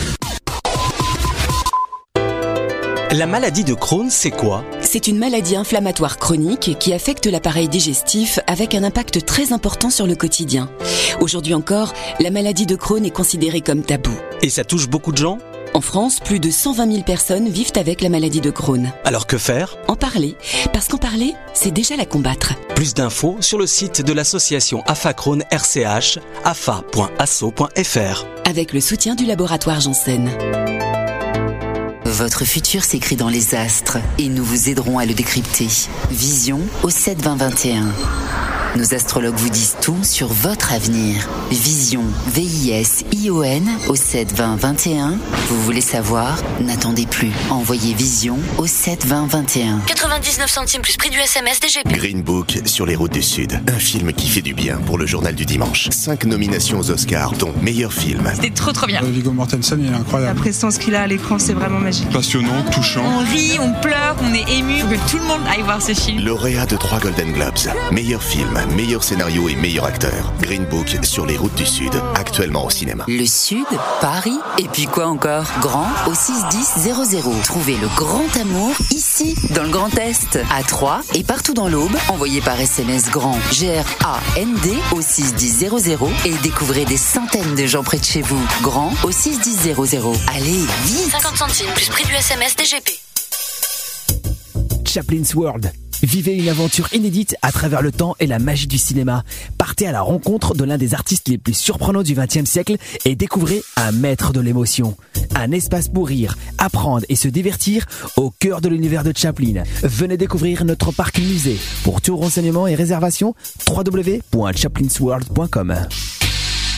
La maladie de Crohn, c'est quoi ? C'est une maladie inflammatoire chronique qui affecte l'appareil digestif avec un impact très important sur le quotidien. Aujourd'hui encore, la maladie de Crohn est considérée comme tabou. Et ça touche beaucoup de gens ? En France, plus de 120 000 personnes vivent avec la maladie de Crohn. Alors que faire ? En parler, parce qu'en parler, c'est déjà la combattre. Plus d'infos sur le site de l'association AFA Crohn RCH, afa.asso.fr. Avec le soutien du laboratoire Janssen. Votre futur s'écrit dans les astres et nous vous aiderons à le décrypter. Vision au 7-20-21. Nos astrologues vous disent tout sur votre avenir. Vision, V-I-S-I-O-N au 7-20-21. Vous voulez savoir ? N'attendez plus. Envoyez Vision au 7-20-21. 99 centimes plus prix du SMS DGP. Green Book sur les routes du Sud. Un film qui fait du bien pour le journal du dimanche. 5 nominations aux Oscars, dont meilleur film. C'était trop bien. Viggo Mortensen, il est incroyable. La présence qu'il a à l'écran, c'est vraiment magique. Passionnant, touchant. On rit, on pleure, on est ému. Faut que tout le monde aille voir ce film. Lauréat de 3 Golden Globes. Meilleur film, meilleur scénario et meilleur acteur. Green Book sur les routes du Sud. Actuellement au cinéma. Le Sud, Paris, et puis quoi encore ? Grand au 61000. Trouvez le grand amour ici, dans le Grand Est, à Troyes et partout dans l'Aube. Envoyez par SMS GRAND, G-R-A-N-D au 61000 et découvrez des centaines de gens près de chez vous. Grand au 61000. Allez, vite ! 50 centimes plus prix du SMS DGP. Chaplin's World. Vivez une aventure inédite à travers le temps et la magie du cinéma. Partez à la rencontre de l'un des artistes les plus surprenants du XXe siècle et découvrez un maître de l'émotion. Un espace pour rire, apprendre et se divertir au cœur de l'univers de Chaplin. Venez découvrir notre parc musée. Pour tout renseignement et réservation, www.chaplinsworld.com.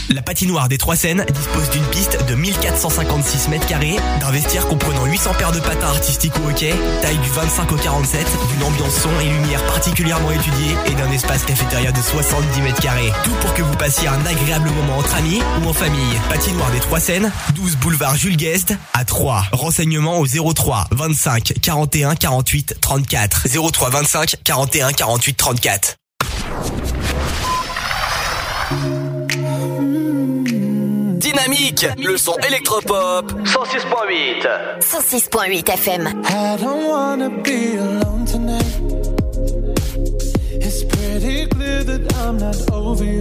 La patinoire des Trois Seines dispose d'une piste de 1456 mètres carrés, d'un vestiaire comprenant 800 paires de patins artistiques ou hockey, taille du 25 au 47, d'une ambiance son et lumière particulièrement étudiée et d'un espace cafétéria de 70 mètres carrés. Tout pour que vous passiez un agréable moment entre amis ou en famille. Patinoire des Trois Seines, 12 boulevard Jules Guest à Troyes. Renseignements au 03 25 41 48 34. 03 25 41 48 34. Dynamique, le son électropop 106.8. 106.8 FM. I don't wanna be alone tonight. It's pretty clear that I'm not over you.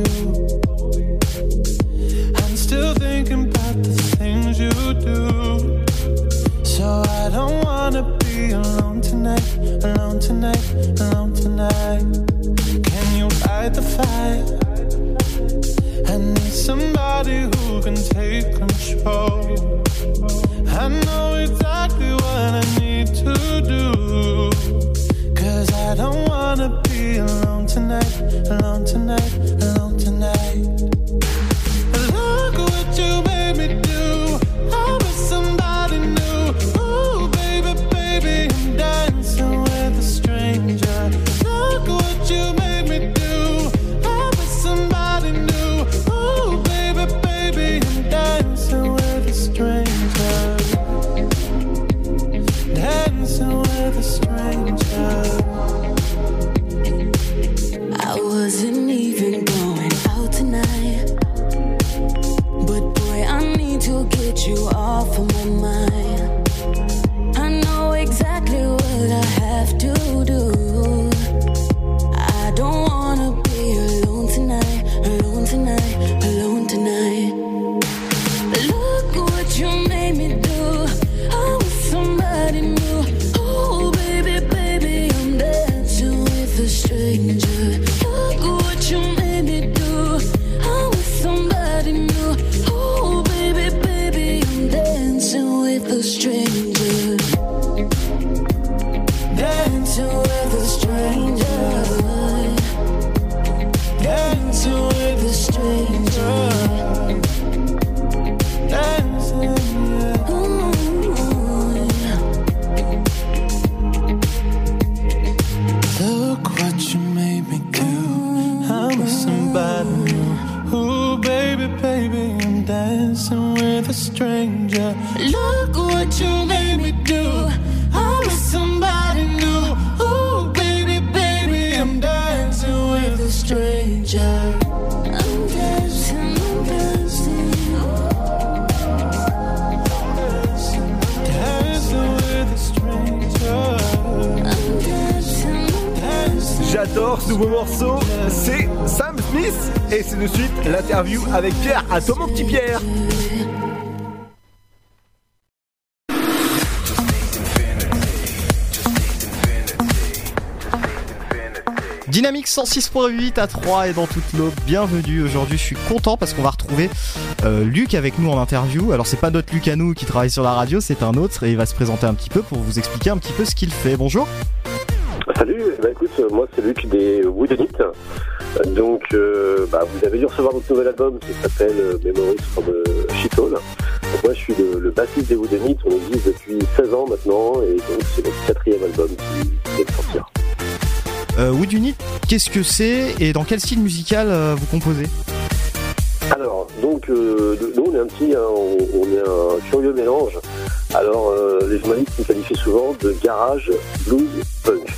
I'm still thinking about the things you do. So I don't wanna be alone tonight, alone tonight, alone tonight. Can you fight the fire? I need somebody who can take control. I know exactly what I need to do. 'Cause I don't wanna be alone tonight, alone tonight, alone tonight. Look what you made me do. I was somebody new. Ooh, baby, baby, I'm dancing with a stranger. Look what you made me do. I was somebody new. Ooh, baby, baby, I'm dancing with a stranger. Dancing with a stranger. I wasn't even going out tonight, but boy, I need to get you off of my mind. I know exactly what I have to do. I don't wanna be alone tonight, alone tonight, alone tonight. Look what you made me do. I was somebody new. Oh baby, baby, I'm dancing with a stranger. Look what you made me do. I was somebody new. Oh baby, baby, I'm dancing with a stranger. Dancing with a stranger. Dancing with a stranger. Dancing, yeah. Look what you made me do. I'm with somebody new. Ooh, baby, baby, I'm dancing with a stranger. Look what you made me do. I'm with somebody new. Ooh, baby, baby, I'm dancing with a stranger. I'm dancing, I'm dancing. Dancing with a stranger. I'm dancing, dancing. J'adore ce nouveau morceau, c'est Sam Smith et c'est de suite l'interview avec Pierre. À toi mon petit Pierre. Dynamique 106.8 à 3 et dans toute l'Aube, bienvenue. Aujourd'hui je suis content parce qu'on va retrouver Luc avec nous en interview. Alors c'est pas notre Luc à nous qui travaille sur la radio, c'est un autre et il va se présenter un petit peu pour vous expliquer un petit peu ce qu'il fait. Bonjour. Salut, écoute, moi c'est Luc des Woodenit. Donc vous avez dû recevoir notre nouvel album qui s'appelle Memories from Shithole. Donc moi je suis le bassiste des Woodenit, on existe depuis 16 ans maintenant et donc c'est notre 4e album qui vient de sortir. Woodenit, qu'est-ce que c'est et dans quel style musical vous composez? Alors, donc, nous on est un petit, on est un curieux mélange. Alors, les journalistes nous qualifient souvent de garage, blues, punk.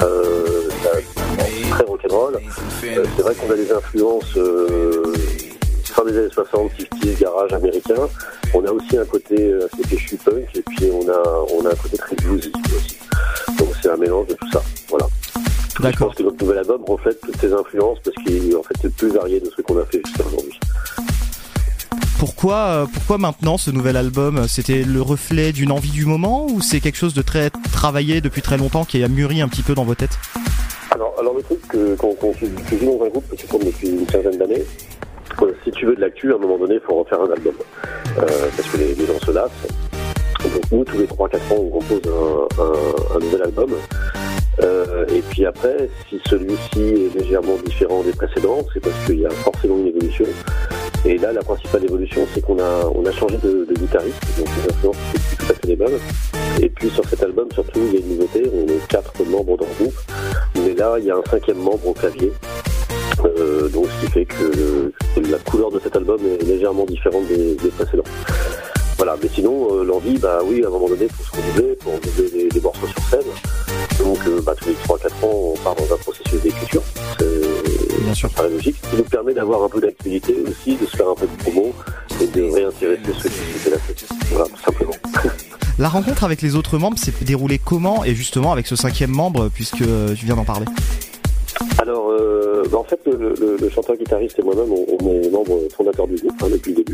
Très rock'n'roll. C'est vrai qu'on a des influences fin des années 60, 50s, garage américain. On a aussi un côté assez péchu punk et puis on a un côté très bluesy aussi. Donc c'est un mélange de tout ça, voilà. D'accord. Je pense que notre nouvel album reflète toutes ces influences parce qu'il en fait c'est le plus varié de ce qu'on a fait jusqu'à aujourd'hui. Pourquoi maintenant ce nouvel album? C'était le reflet d'une envie du moment ou c'est quelque chose de très travaillé depuis très longtemps qui a mûri un petit peu dans vos têtes? Alors le truc qu'on joue dans un groupe qui tourne depuis une quinzaine d'années, si tu veux de l'actu, à un moment donné, il faut refaire un album. Parce que les gens se lassent. Donc nous, tous les 3-4 ans, on compose un nouvel album. Et puis après, si celui-ci est légèrement différent des précédents, c'est parce qu'il y a forcément une évolution. Et là, la principale évolution, c'est qu'on a changé de guitariste, donc les influences c'est tout à fait les mêmes. Et puis sur cet album, surtout, il y a une nouveauté, on est 4 membres dans le groupe, mais là, il y a un 5e membre au clavier. Donc ce qui fait que la couleur de cet album est légèrement différente des précédents. Voilà, mais sinon, l'envie, oui, à un moment donné, pour se renouveler, pour renouveler les morceaux sur scène. Donc, tous les 3-4 ans, on part dans un processus d'écriture. Bien sûr. Ça paraît logique. Ce qui nous permet d'avoir un peu d'activité aussi, de se faire un peu de promo et de réintéresser ceux qui étaient là. Voilà, tout simplement. La rencontre avec les autres membres s'est déroulée comment, et justement avec ce 5e membre, puisque tu viens d'en parler? Alors, en fait, le chanteur-guitariste et moi-même, on est membres fondateurs du groupe depuis le début.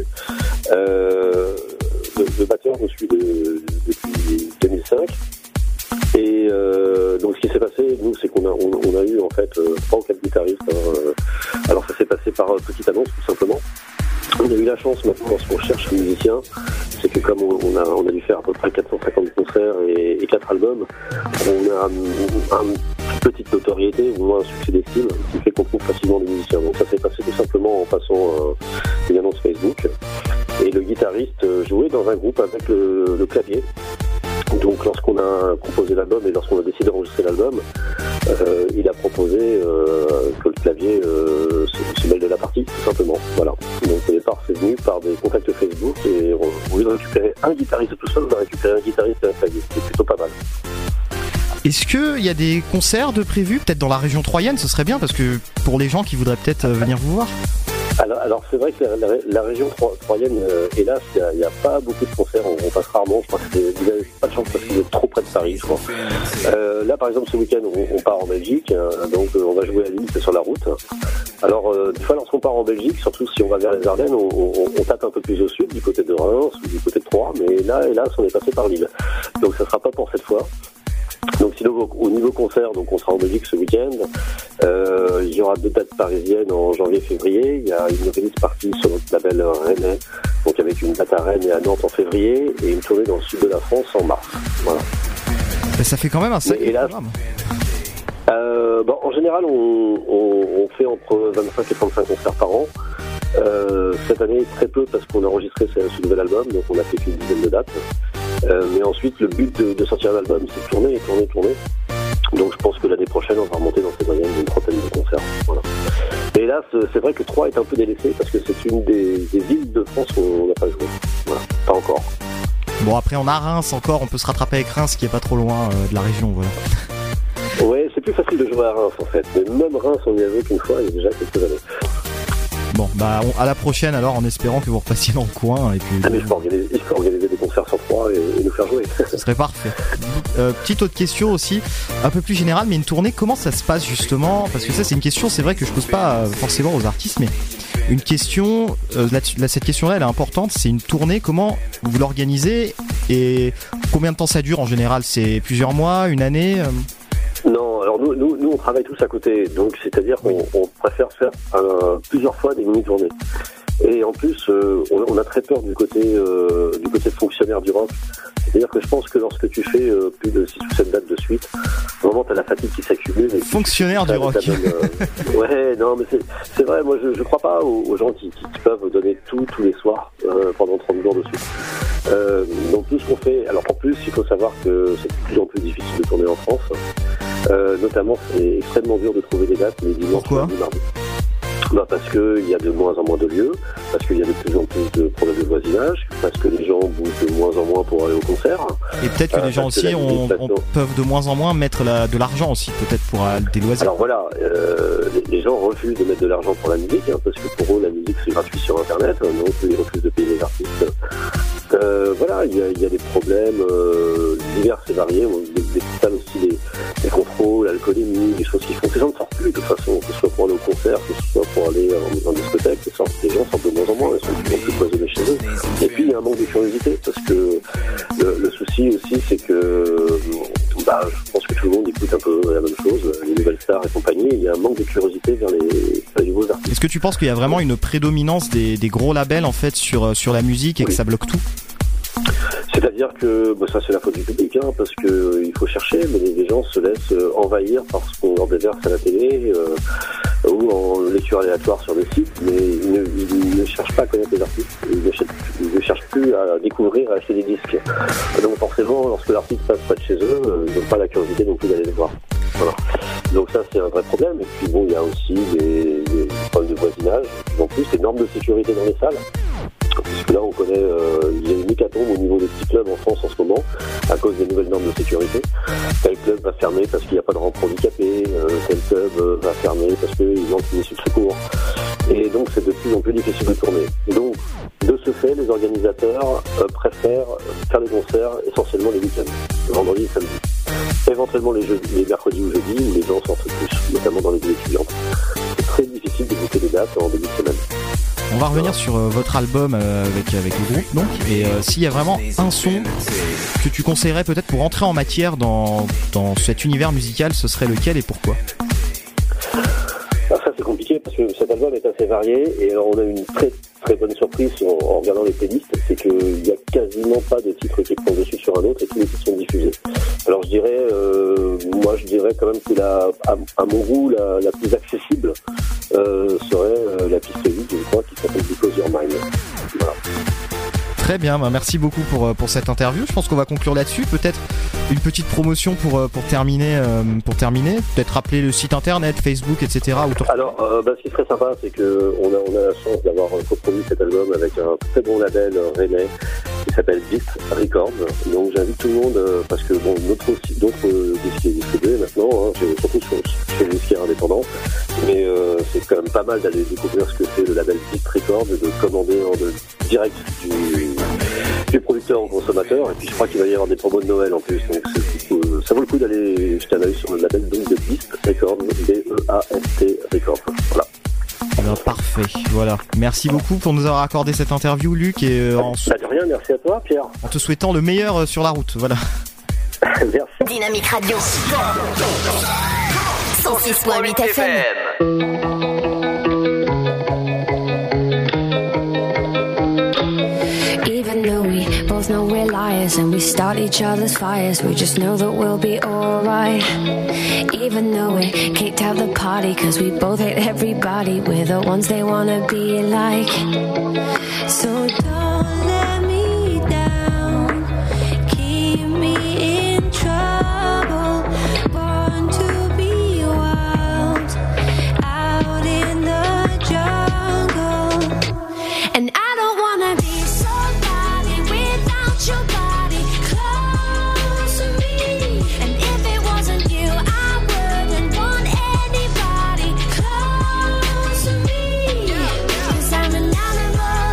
Le batteur, je suis depuis 2005. Et donc, ce qui s'est passé, nous, c'est qu'on a eu en fait 3 ou 4 guitaristes. Alors, ça s'est passé par petite annonce, tout simplement. On a eu la chance maintenant, lorsqu'on cherche un musicien, c'est que comme on a dû faire à peu près 450 concerts et 4 albums, on a une petite notoriété, ou moins un succès d'estime, qui fait qu'on trouve facilement des musiciens. Donc ça s'est passé tout simplement en passant une annonce Facebook. Et le guitariste jouait dans un groupe avec le clavier. Donc lorsqu'on a composé l'album et lorsqu'on a décidé d'enregistrer l'album, il a proposé que le clavier se mêle de la partie, tout simplement. Voilà. Donc au départ, c'est venu par des contacts Facebook et au lieu de récupérer un guitariste tout seul, on a récupéré un guitariste et un clavier. C'est plutôt pas mal. Est-ce qu'il y a des concerts de prévus, peut-être dans la région troyenne? Ce serait bien, parce que pour les gens qui voudraient peut-être venir vous voir. Alors c'est vrai que la région troyenne, hélas, il n'y a pas beaucoup de concerts, on passe rarement, je crois que vous n'avez pas de chance parce que vous êtes trop près de Paris, je crois. Là par exemple ce week-end on part en Belgique, donc on va jouer à Lille, c'est sur la route. Alors une fois lorsqu'on part en Belgique, surtout si on va vers les Ardennes, on tape un peu plus au sud, du côté de Reims ou du côté de Troyes, mais là hélas on est passé par Lille. Donc ça ne sera pas pour cette fois. Donc sinon au niveau concert, donc on sera en Belgique ce week-end. Il y aura 2 dates parisiennes en janvier-février. Il y a une release partie sur notre label rennais, donc avec une date à Rennes et à Nantes en février, et une tournée dans le sud de la France en mars. Voilà. Mais ça fait quand même un sacré programme. En général, on fait entre 25 et 35 concerts par an. Cette année, très peu parce qu'on a enregistré ce nouvel album, donc on a fait qu'une dizaine de dates. Mais ensuite, le but de sortir un album, c'est de tourner. Donc je pense que l'année prochaine, on va remonter dans ces moyennes d'une 30aine de concerts. Voilà. Et là, c'est vrai que Troyes est un peu délaissé parce que c'est une des villes de France où on n'a pas joué. Voilà, pas encore. Bon, après on a Reims encore, on peut se rattraper avec Reims qui est pas trop loin de la région, voilà. Ouais, c'est plus facile de jouer à Reims en fait. Mais même Reims, on y a joué qu'une fois, il y a déjà quelques années. Bon, à la prochaine alors, en espérant que vous repassiez dans le coin. Et puis... mais je peux organiser des concerts sur Troyes et nous faire jouer. Ce serait parfait. Petite autre question aussi, un peu plus générale, mais une tournée, comment ça se passe justement? Parce que ça c'est une question, c'est vrai que je pose pas forcément aux artistes, mais une question, cette question-là elle est importante, c'est une tournée, comment vous l'organisez et combien de temps ça dure en général? C'est plusieurs mois, une année? Non, alors nous on travaille tous à côté, donc c'est-à-dire qu'on préfère faire plusieurs fois des mini-tournées. Et en plus, on a très peur du côté fonctionnaire du rock. C'est-à-dire que je pense que lorsque tu fais plus de 6 ou 7 dates de suite, vraiment t'as la fatigue qui s'accumule. Fonctionnaire du rock. Ouais, non, mais c'est vrai, moi je crois pas aux gens qui peuvent donner tous les soirs pendant 30 jours de suite. Donc tout ce qu'on fait, alors en plus il faut savoir que c'est de plus en plus difficile de tourner en France. Notamment c'est extrêmement dur de trouver des dates les dimanches et les mardis. Parce qu'il y a de moins en moins de lieux, parce qu'il y a de plus en plus de problèmes de voisinage, parce que les gens bougent de moins en moins pour aller au concert. Et peut-être que les gens aussi peuvent de moins en moins mettre de l'argent aussi, peut-être pour des loisirs. Alors voilà, les gens refusent de mettre de l'argent pour la musique, parce que pour eux la musique c'est gratuit sur internet, donc ils refusent de payer les artistes. Voilà, il y a des problèmes divers et variés, des salles aussi, des contrôles, l'alcoolémie, des choses qui font que les gens ne sortent plus de toute façon, que ce soit pour aller au concert, que ce soit pour aller en discothèque, les gens sortent de moins en moins, ils sont de plus en plus cloisonnés chez eux. Et puis il y a un manque de curiosité, parce que le souci aussi c'est que je pense que tout le monde écoute un peu la même chose, les nouvelles stars et compagnie, il y a un manque de curiosité vers les nouveaux artistes. Est-ce que tu penses qu'il y a vraiment une prédominance des gros labels en fait sur la musique et que ça bloque tout? C'est-à-dire que ça c'est la faute du public, parce que il faut chercher, mais les gens se laissent envahir par ce qu'on leur déverse à la télé. ou en lecture aléatoire sur le site, mais ils ne cherchent pas à connaître les artistes, ils ne cherchent plus à découvrir, à acheter des disques. Donc forcément, lorsque l'artiste passe près de chez eux, ils n'ont pas la curiosité non plus d'aller les voir. Voilà. Donc ça c'est un vrai problème. Et puis bon, il y a aussi des problèmes de voisinage, en plus des normes de sécurité dans les salles. Puisque là on connaît, il y a une hécatombe au niveau des petits clubs en France en ce moment, à cause des nouvelles normes de sécurité. Tel club va fermer parce qu'il n'y a pas de rampe handicapée, tel club va fermer parce qu'il manque une issue de secours. Et donc c'est de plus en plus difficile de tourner. Donc de ce fait, les organisateurs préfèrent faire les concerts essentiellement les week-ends, le vendredi et samedi. Éventuellement les mercredis ou jeudis où les gens sortent plus, notamment dans les villes étudiantes. C'est très difficile de booker des dates en début de semaine. On va revenir sur votre album avec le groupe, donc. Et s'il y a vraiment un son que tu conseillerais peut-être pour entrer en matière dans cet univers musical, ce serait lequel et pourquoi? Alors ça c'est compliqué parce que cet album est assez varié et alors on a une très très bonne surprise en regardant les playlists, c'est qu'il n'y a quasiment pas de titres qui prennent dessus sur un autre et tous les titres sont diffusés. Alors je dirais quand même que à mon goût la plus accessible serait la piste 8, je crois, qui s'appelle Because You're Mine. Voilà. Très bien, bah merci beaucoup pour cette interview. Je pense qu'on va conclure là-dessus. Peut-être une petite promotion pour terminer. Peut-être rappeler le site internet, Facebook, etc. Alors, ce qui serait sympa, c'est que on a la chance d'avoir coproduit cet album avec un très bon label rennais qui s'appelle Beat Records. Donc j'invite tout le monde parce que bon, d'autres disques distribués maintenant, surtout chez les disques indépendants. Mais c'est quand même pas mal d'aller découvrir ce que c'est le label Beat Records et de commander en direct du producteur au consommateur. Et puis je crois qu'il va y avoir des promos de Noël en plus. Donc ça vaut le coup d'aller jeter un œil sur le label donc, de Beat Records, B-E-A-S-T Records. Voilà. Alors, parfait, voilà. Merci beaucoup pour nous avoir accordé cette interview, Luc. Et de rien, merci à toi, Pierre. En te souhaitant le meilleur sur la route, voilà. Merci. Dynamique Radio 106.8 FM. Both know we're liars and we start each other's fires. We just know that we'll be alright. Even though we kicked out the party, cause we both hate everybody. We're the ones they wanna be like. So don't let me down, keep me in trouble. Born to be wild, out in the jungle. And I don't wanna be your body close to me. And if it wasn't you, I wouldn't want anybody close to me. Cause I'm an animal,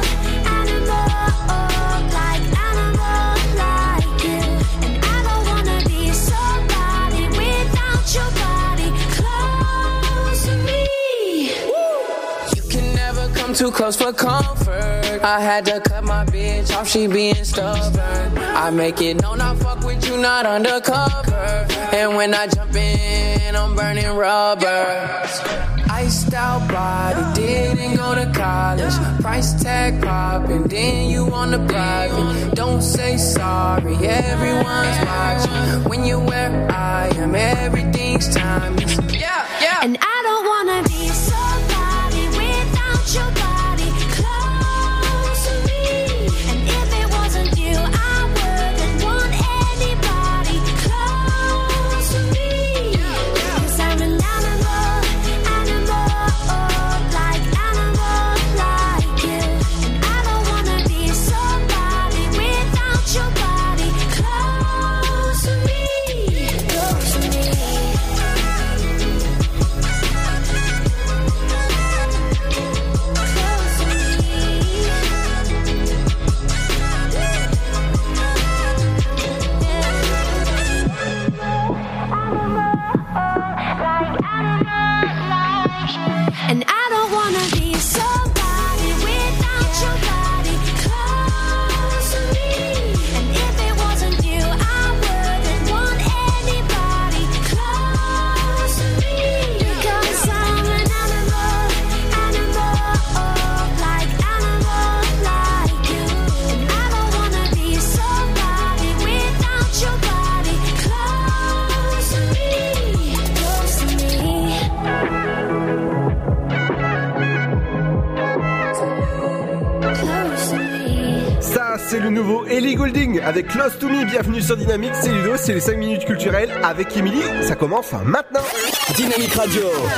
like you. And I don't wanna be somebody without your body close to me. You can never come too close for comfort. I had to cut my bitch off, she being stubborn. I make it known I fuck with you, not undercover. And when I jump in, I'm burning rubber. Iced out body, didn't go to college. Price tag popping, then you on the private. Don't say sorry, everyone's watching. When you're where I am, everything's timeless. Yeah, yeah. And I don't wanna be somebody without your body. nouveau Ellie Goulding avec Close to Me. Bienvenue sur Dynamique, c'est Ludo, c'est les 5 minutes culturelles avec Émilie. Ça commence maintenant. Dynamique Radio.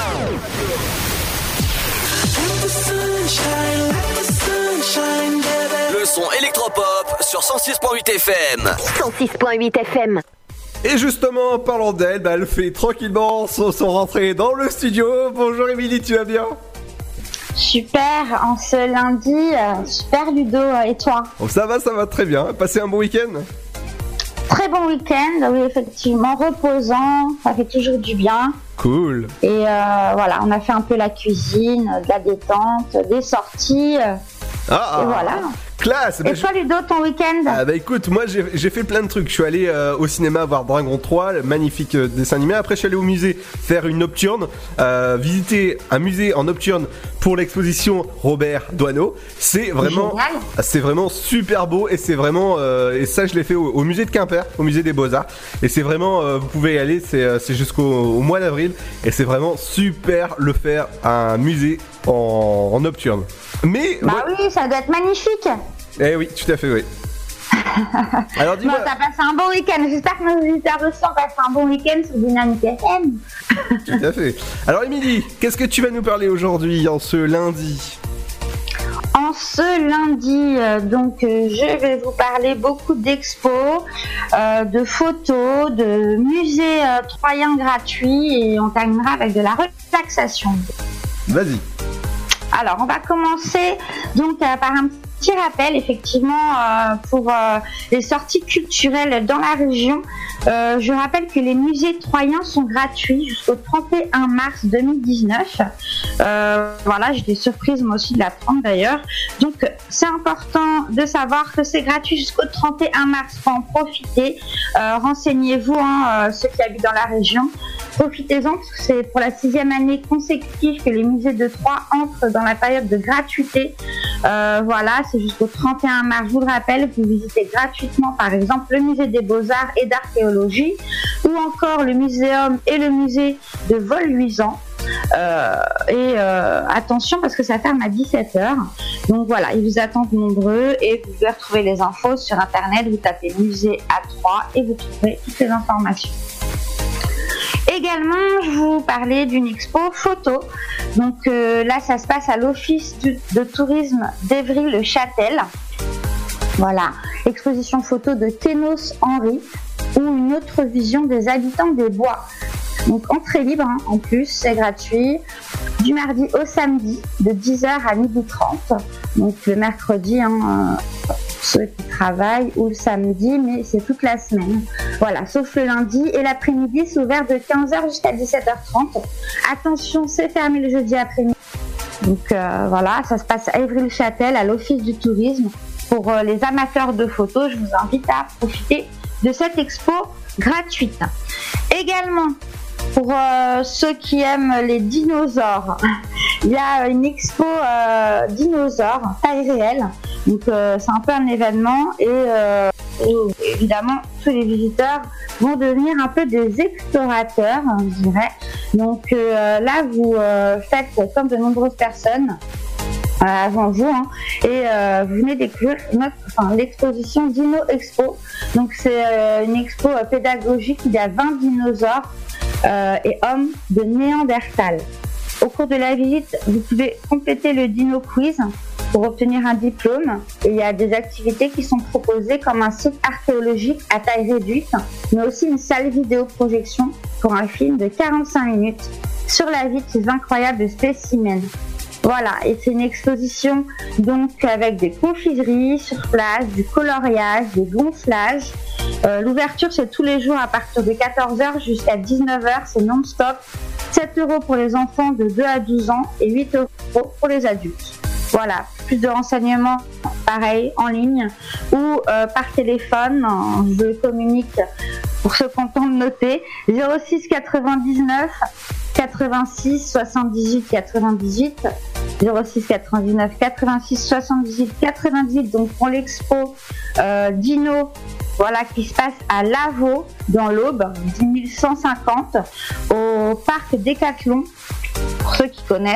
Le son électropop sur 106.8 FM. 106.8 FM. Et justement, en parlant d'elle, elle fait tranquillement son rentrée dans le studio. Bonjour Émilie, tu vas bien? Super, en ce lundi, super Ludo, et toi? Oh, ça va très bien. Passez un bon week-end? Très bon week-end, oui effectivement, reposant, ça fait toujours du bien. Cool. Et voilà, on a fait un peu la cuisine, de la détente, des sorties, et voilà. Classe. Et toi Ludo, ton week-end? Bah écoute, moi j'ai fait plein de trucs. Je suis allé au cinéma voir Dragon 3, le magnifique dessin animé. Après je suis allé au musée faire une nocturne, visiter un musée en nocturne pour l'exposition Robert Doisneau. C'est vraiment super beau et c'est vraiment et ça je l'ai fait au musée de Quimper, au musée des Beaux-Arts. Et c'est vraiment vous pouvez y aller, c'est jusqu'au mois d'avril et c'est vraiment super le faire à un musée en nocturne. Mais oui, ça doit être magnifique. Eh oui, tout à fait, oui. Alors dis-moi. Bon, t'as passé un bon week-end. J'espère que nos auditeurs aussi ont passé un bon week-end sur Dynamique FM. Tout à fait. Alors Émilie, qu'est-ce que tu vas nous parler aujourd'hui, en ce lundi? En ce lundi, je vais vous parler beaucoup d'expos, de photos, de musées troyens gratuits et on terminera avec de la relaxation. Vas-y. Alors, on va commencer donc par un petit rappel, effectivement, pour les sorties culturelles dans la région. Je rappelle que les musées troyens sont gratuits jusqu'au 31 mars 2019. Voilà, j'étais surprise moi aussi de l'apprendre d'ailleurs. Donc, c'est important de savoir que c'est gratuit jusqu'au 31 mars. Faut en profiter. Renseignez-vous, ceux qui habitent dans la région. Profitez-en parce que c'est pour la 6e année consécutive que les musées de Troyes entrent dans la période de gratuité. Voilà, c'est jusqu'au 31 mars. Je vous le rappelle, vous visitez gratuitement par exemple le musée des Beaux-Arts et d'archéologie ou encore le muséum et le musée de Vol-Luisant. Attention parce que ça ferme à 17h. Donc voilà, ils vous attendent nombreux et vous pouvez retrouver les infos sur internet. Vous tapez musée à Troyes et vous trouverez toutes les informations. Également, je vous parlais d'une expo photo. Donc là, ça se passe à l'office de tourisme d'Évry-le-Châtel. Voilà, exposition photo de Ténos Henry ou une autre vision des habitants des bois. Donc entrée libre, en plus, c'est gratuit. Du mardi au samedi, de 10h à 12h30. Donc le mercredi, ceux qui travaillent, ou le samedi, mais c'est toute la semaine. Voilà, sauf le lundi. Et l'après-midi, c'est ouvert de 15h jusqu'à 17h30. Attention, c'est fermé le jeudi après-midi. Donc voilà, ça se passe à Évry-le-Châtel, à l'office du tourisme. Pour les amateurs de photos, je vous invite à profiter de cette expo gratuite. Également, pour ceux qui aiment les dinosaures, il y a une expo dinosaures, taille réelle. Donc c'est un peu un événement et évidemment tous les visiteurs vont devenir un peu des explorateurs, je dirais. Donc là vous faites comme de nombreuses personnes avant vous et vous venez découvrir l'exposition Dino Expo. Donc c'est une expo pédagogique. Il y a 20 dinosaures et hommes de Néandertal. Au cours de la visite, vous pouvez compléter le Dino Quiz pour obtenir un diplôme. Et il y a des activités qui sont proposées comme un site archéologique à taille réduite, mais aussi une salle vidéo projection pour un film de 45 minutes sur la vie de ces incroyables spécimens. Voilà, et c'est une exposition donc avec des confiseries sur place, du coloriage, des gonflages. L'ouverture c'est tous les jours à partir de 14h jusqu'à 19h, c'est non-stop. 7 € pour les enfants de 2 à 12 ans et 8 € pour les adultes. Voilà, plus de renseignements, pareil, en ligne ou par téléphone. Je communique pour ceux qui ont le temps de noter. 06 99 86 78 98. 06 99 86 78 98. Donc pour l'expo Dino, voilà, qui se passe à Lavaux dans l'Aube, 10 150 au parc Décathlon, pour ceux qui connaissent.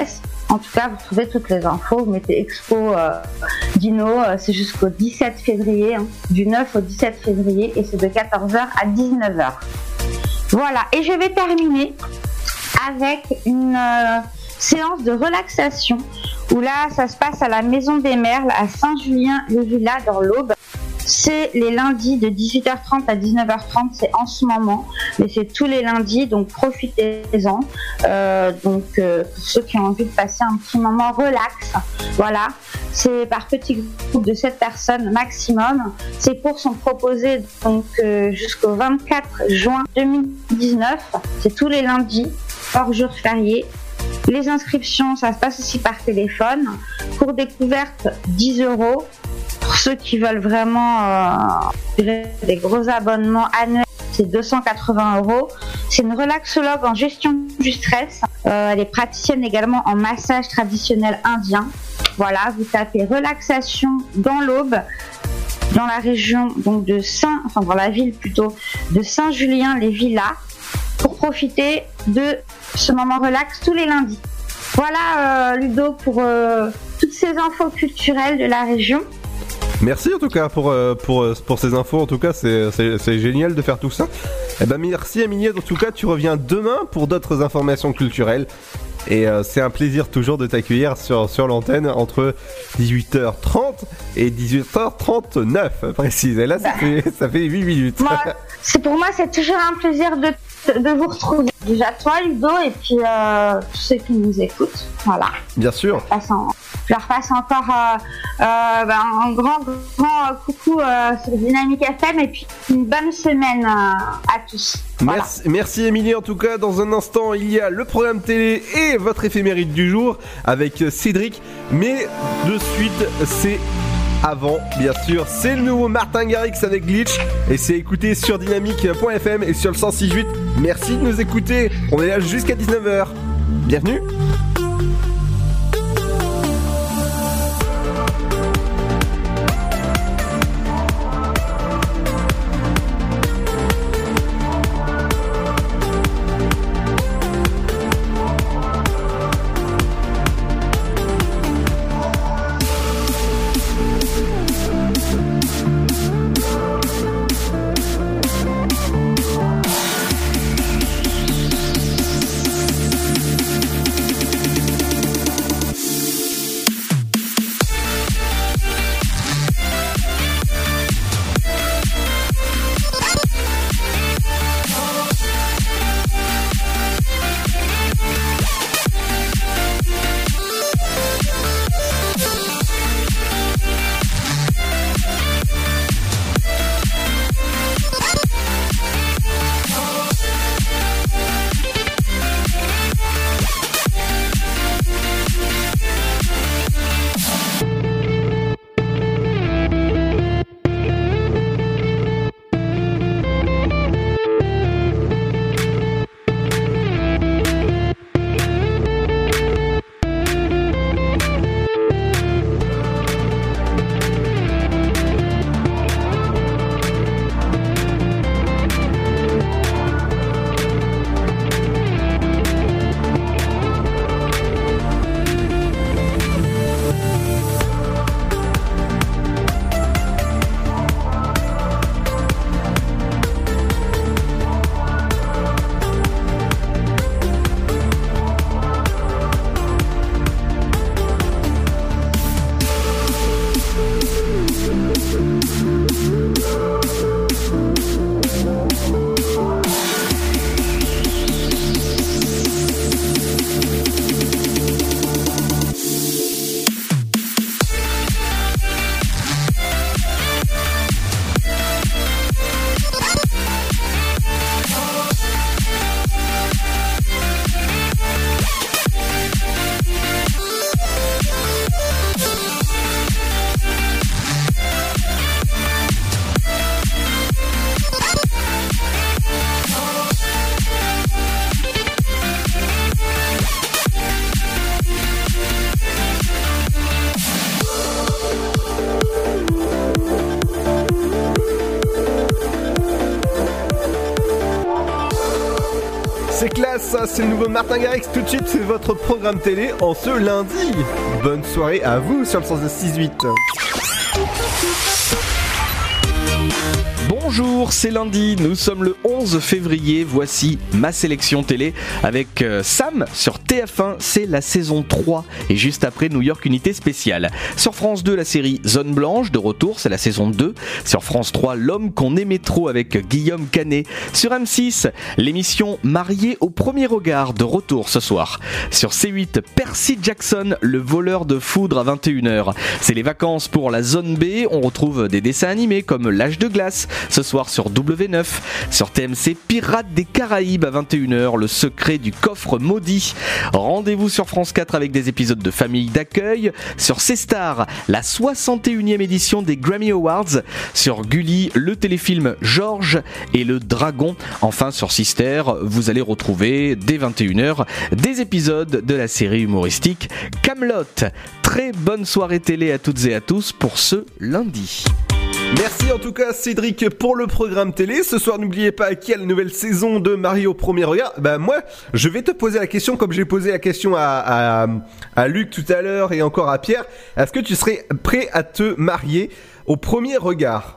En tout cas, vous trouvez toutes les infos. Vous mettez Expo Dino, c'est jusqu'au 17 février, hein, du 9 au 17 février, et c'est de 14h à 19h. Voilà, et je vais terminer avec une séance de relaxation, où là, ça se passe à la Maison des Merles, à Saint-Julien-le-Villa, dans l'Aube. C'est les lundis de 18h30 à 19h30, c'est en ce moment, mais c'est tous les lundis, donc profitez-en. Pour ceux qui ont envie de passer un petit moment relax, voilà, c'est par petits groupes de 7 personnes maximum. Ces cours sont proposés donc jusqu'au 24 juin 2019, c'est tous les lundis, hors jour férié. Les inscriptions, ça se passe aussi par téléphone. Cours découverte, 10 €. Pour ceux qui veulent vraiment des gros abonnements annuels, c'est 280 €. C'est une relaxologue en gestion du stress. Elle est praticienne également en massage traditionnel indien. Voilà, vous tapez relaxation dans l'Aube, dans la région donc dans la ville plutôt de Saint-Julien-les-Villas, pour profiter de ce moment relax tous les lundis. Voilà Ludo pour toutes ces infos culturelles de la région. Merci en tout cas pour ces infos. En tout cas, c'est génial de faire tout ça. Eh ben merci Amélie. En tout cas, tu reviens demain pour d'autres informations culturelles. Et c'est un plaisir toujours de t'accueillir sur l'antenne entre 18h30 et 18h39 précise. Et là, ça fait 8 minutes. Pour moi, c'est toujours un plaisir de vous retrouver. Déjà toi, Ludo, et puis tous ceux qui nous écoutent. Voilà. Bien sûr. Je leur passe encore un grand coucou sur Dynamique FM, et puis une bonne semaine à tous. Voilà. Merci Émilie. En tout cas, dans un instant, il y a le programme télé et votre éphéméride du jour avec Cédric. Mais de suite, c'est avant, bien sûr, c'est le nouveau Martin Garrix avec Glitch, et c'est écouté sur dynamique.fm et sur le 106.8. Merci de nous écouter. On est là jusqu'à 19h. Bienvenue. ça c'est le nouveau Martin Garrix. Tout de suite c'est votre programme télé en ce lundi. Bonne soirée à vous sur le 106.8. Bonjour, c'est lundi, nous sommes le 11 février, voici ma sélection télé avec Sam sur TF1, c'est la saison 3 et juste après New York Unité Spéciale. Sur France 2, la série Zone Blanche, de retour, c'est la saison 2. Sur France 3, L'homme qu'on aimait trop avec Guillaume Canet. Sur M6, l'émission Marié au premier regard, de retour ce soir. Sur C8, Percy Jackson, le voleur de foudre à 21h. C'est les vacances pour la zone B, on retrouve des dessins animés comme L'âge de glace, ce soir sur W9. Sur TMC, Pirates des Caraïbes à 21h, le secret du coffre maudit. Rendez-vous sur France 4 avec des épisodes de Famille d'accueil. Sur C-Star, la 61e édition des Grammy Awards. Sur Gulli, le téléfilm Georges et le Dragon. Enfin sur Sister, vous allez retrouver dès 21h des épisodes de la série humoristique Kaamelott. Très bonne soirée télé à toutes et à tous pour ce lundi. Merci en tout cas Cédric pour le programme télé. Ce soir n'oubliez pas qu'il y a la nouvelle saison de Mario au premier regard. Bah moi je vais te poser la question comme j'ai posé la question à Luc tout à l'heure et encore à Pierre. Est-ce que tu serais prêt à te marier au premier regard?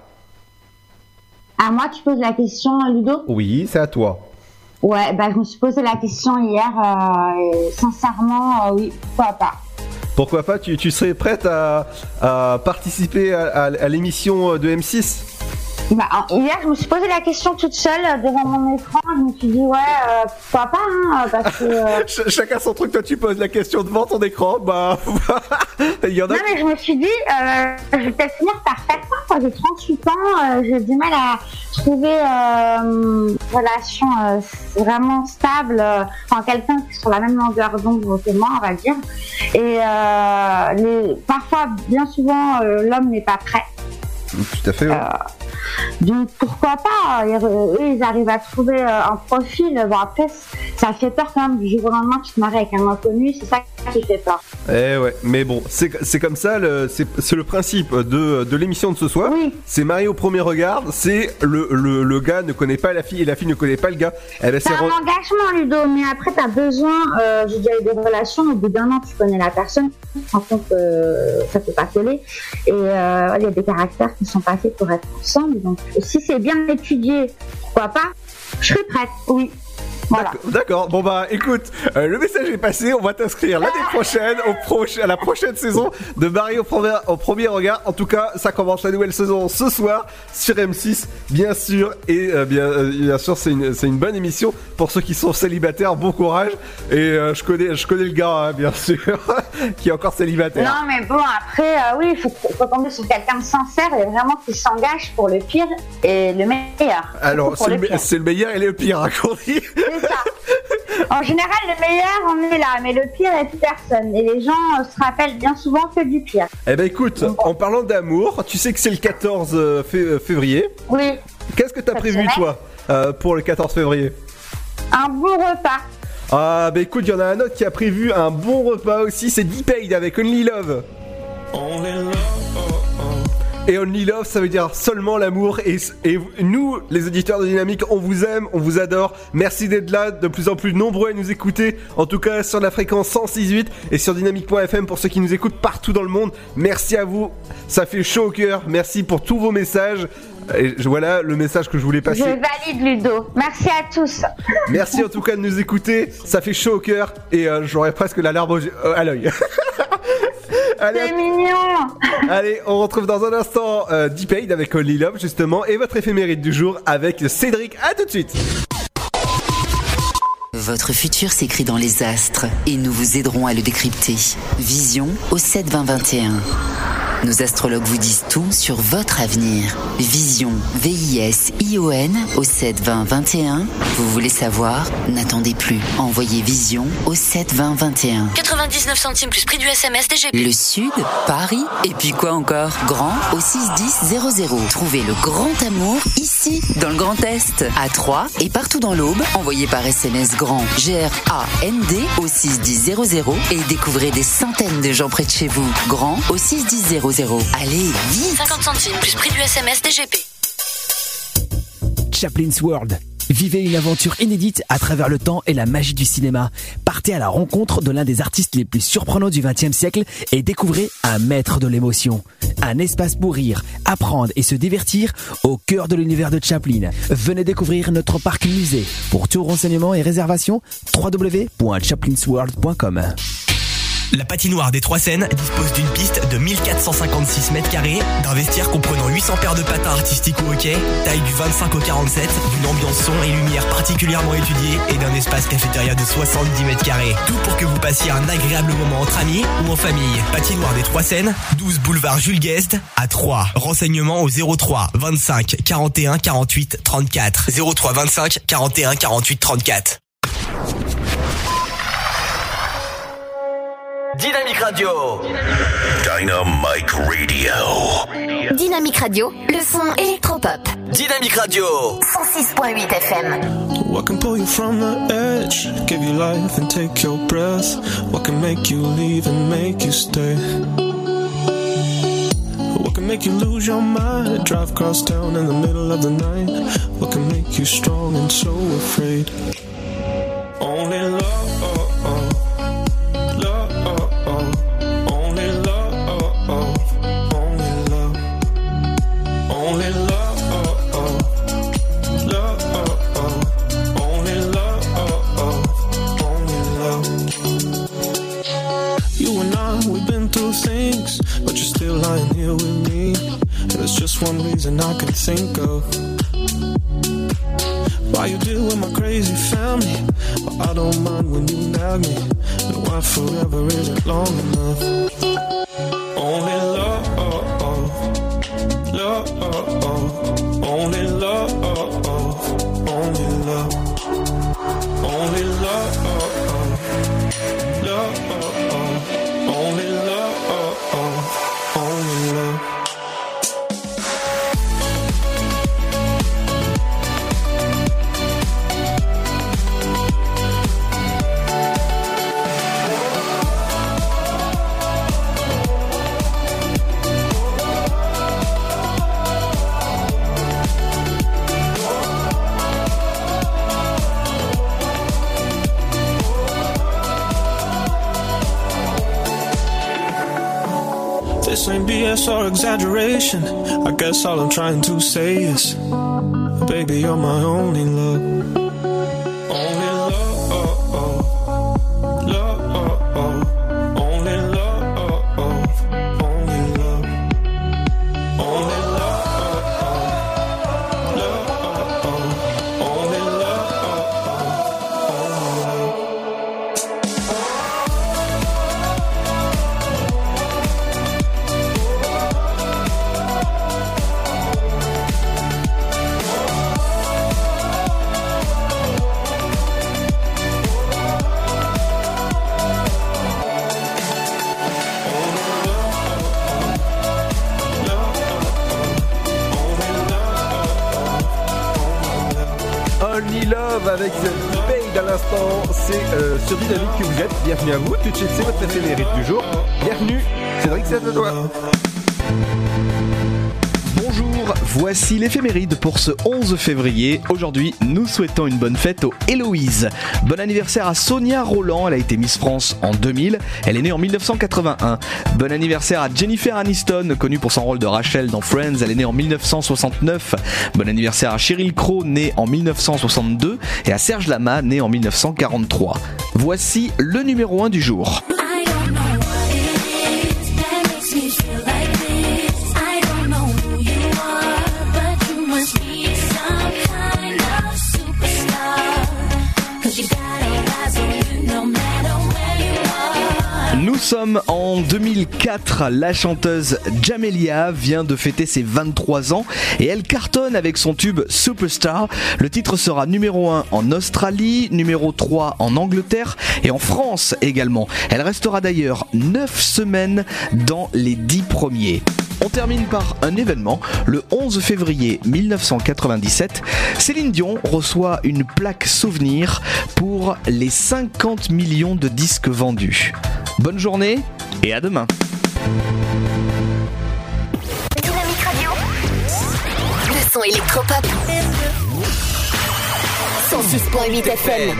À moi tu poses la question Ludo? Oui, c'est à toi. Ouais, bah je me suis posé la question hier et sincèrement oui, pourquoi pas. Pourquoi pas, tu serais prête à participer à l'émission de M6? Bah, hier, je me suis posé la question toute seule devant mon écran. Je me suis dit, ouais, pourquoi pas, hein, parce que... Chacun son truc, toi tu poses la question devant ton écran, bah... Il y en a... Non, mais je me suis dit, je vais peut-être finir par faire ça, quoi. J'ai 38 ans, j'ai du mal à trouver une relation vraiment stable, enfin, quelqu'un qui est sur la même longueur d'onde que moi, on va dire. Et parfois, bien souvent, l'homme n'est pas prêt. Tout à fait, ouais. Donc pourquoi pas, eux ils arrivent à trouver un profil. Bon après ça fait peur quand même du jour au lendemain tu te maries avec un inconnu, c'est ça qui fait peur. Eh ouais, mais bon, c'est comme ça, c'est le principe de l'émission de ce soir. Oui. C'est marié au premier regard, c'est le gars ne connaît pas la fille et la fille ne connaît pas le gars. Eh ben, c'est un engagement Ludo, mais après t'as besoin, j'ai déjà eu des relations, au bout d'un an tu connais la personne, tu te rends compte que ça peut pas coller et il y a des caractères qui sont pas faits pour être ensemble, donc si c'est bien étudié, pourquoi pas, je serais prête, oui. Voilà. D'accord, bon bah écoute, le message est passé, on va t'inscrire l'année prochaine à la prochaine saison de Marie au premier regard. En tout cas, ça commence la nouvelle saison ce soir sur M6, bien sûr, et bien sûr c'est une bonne émission pour ceux qui sont célibataires, bon courage. Et je connais le gars, hein, bien sûr, qui est encore célibataire. Non mais bon, après, oui, il faut tomber sur quelqu'un de sincère et vraiment qui s'engage pour le pire et le meilleur. Alors, c'est le meilleur et le pire, hein, qu'on dit. En général, le meilleur, on est là, mais le pire est plus personne. Et les gens se rappellent bien souvent que du pire. Eh ben écoute, en parlant d'amour, tu sais que c'est le 14 février. Oui. Qu'est-ce que t'as prévu, toi, pour le 14 février? Un bon repas. Ah bah écoute, il y en a un autre qui a prévu un bon repas aussi, c'est D-Paid avec Only Love. Et Only Love, ça veut dire seulement l'amour. Et nous, les auditeurs de Dynamique, on vous aime, on vous adore. Merci d'être là, de plus en plus nombreux à nous écouter. En tout cas, sur la fréquence 106.8 et sur dynamique.fm pour ceux qui nous écoutent partout dans le monde. Merci à vous, ça fait chaud au cœur. Merci pour tous vos messages. Et voilà le message que je voulais passer. Je valide Ludo. Merci à tous. Merci en tout cas de nous écouter. Ça fait chaud au cœur et j'aurais presque la larme à l'œil. Allez, c'est mignon. Allez, on retrouve dans un instant D-Paid avec Only Love justement et votre éphéméride du jour avec Cédric. À tout de suite. Votre futur s'écrit dans les astres et nous vous aiderons à le décrypter. Vision au 7-20-21. Nos astrologues vous disent tout sur votre avenir. Vision, V-I-S-I-O-N au 7-20-21. Vous voulez savoir? N'attendez plus. Envoyez Vision au 7-20-21. 99 centimes plus prix du SMS DGP. Le Sud, Paris, et puis quoi encore? Grand au 61000. Trouvez le grand amour ici, dans le Grand Est, à Troyes et partout dans l'Aube. Envoyez par SMS grand G-R-A-N-D au 61000 et découvrez des centaines de gens près de chez vous. Grand au 61000. Allez, vite! 50 centimes plus prix du SMS DGP. Chaplin's World. Vivez une aventure inédite à travers le temps et la magie du cinéma. Partez à la rencontre de l'un des artistes les plus surprenants du XXe siècle et découvrez un maître de l'émotion. Un espace pour rire, apprendre et se divertir au cœur de l'univers de Chaplin. Venez découvrir notre parc musée. Pour tout renseignement et réservation, www.chaplinsworld.com. La patinoire des Trois Seines dispose d'une piste de 1456 mètres carrés, d'un vestiaire comprenant 800 paires de patins artistiques au hockey, taille du 25 au 47, d'une ambiance son et lumière particulièrement étudiée et d'un espace cafétéria de 70 mètres carrés. Tout pour que vous passiez un agréable moment entre amis ou en famille. Patinoire des Trois Seines, 12 boulevard Jules Guest à Troyes. Renseignements au 03 25 41 48 34. 03 25 41 48 34. Dynamique Radio. Dynamique Radio. Dynamique Radio, le son électropop. Dynamique Radio. 106.8 FM. What can pull you from the edge, give you life and take your breath? What can make you leave and make you stay? What can make you lose your mind, drive across town in the middle of the night? What can make you strong and so afraid? Only love. Things, but you're still lying here with me. And there's just one reason I can think of why you deal with my crazy family, but I don't mind when you nag me. And why forever isn't long enough. Only love, love, only love, only love, only love, love, only love. This ain't BS or exaggeration. I guess all I'm trying to say is, baby, you're my only love. Only love, love, only love, only love, only love, love, only love, Only Love avec Fade à l'instant, c'est sur Dynamique que vous êtes. Bienvenue à vous, tout de suite c'est votre éphémérite du jour. Bienvenue, Cédric, c'est à toi. Bonjour, voici l'éphéméride pour ce 11 février. Aujourd'hui, nous souhaitons une bonne fête aux Héloïse. Bon anniversaire à Sonia Roland, elle a été Miss France en 2000, elle est née en 1981. Bon anniversaire à Jennifer Aniston, connue pour son rôle de Rachel dans Friends, elle est née en 1969. Bon anniversaire à Sheryl Crow, née en 1962, et à Serge Lama, né en 1943. Voici le numéro 1 du jour. Nous sommes en 2004, la chanteuse Jamelia vient de fêter ses 23 ans et elle cartonne avec son tube Superstar. Le titre sera numéro 1 en Australie, numéro 3 en Angleterre et en France également. Elle restera d'ailleurs 9 semaines dans les 10 premiers. On termine par un événement. Le 11 février 1997, Céline Dion reçoit une plaque souvenir pour les 50 millions de disques vendus. Bonne journée et à demain. Dynamique Radio, le son électropop. 106.8 FM.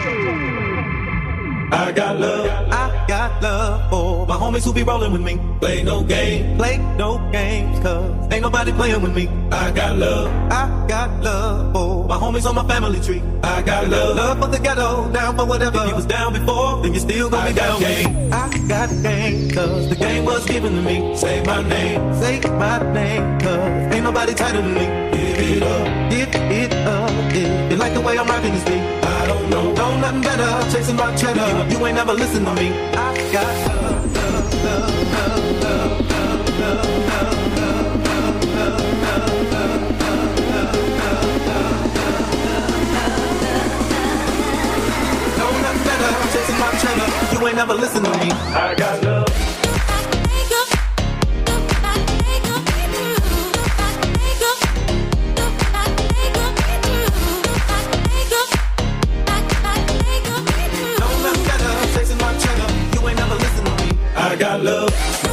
I got love for my homies who be rolling with me. Play no games, cause ain't nobody playing with me. I got love for my homies on my family tree. I got love for the ghetto, down for whatever. If you was down before, then you still gonna be down. I got game, cause the game was given to me. Say my name, cause ain't nobody tighter than me. Give it up, if you like the way I'm rocking this beat. I don't know nothing better, chasing my cheddar. You ain't never listen to me. I got love. Know nothing better, chasing my cheddar. You ain't never listen to me. I got love. I got love.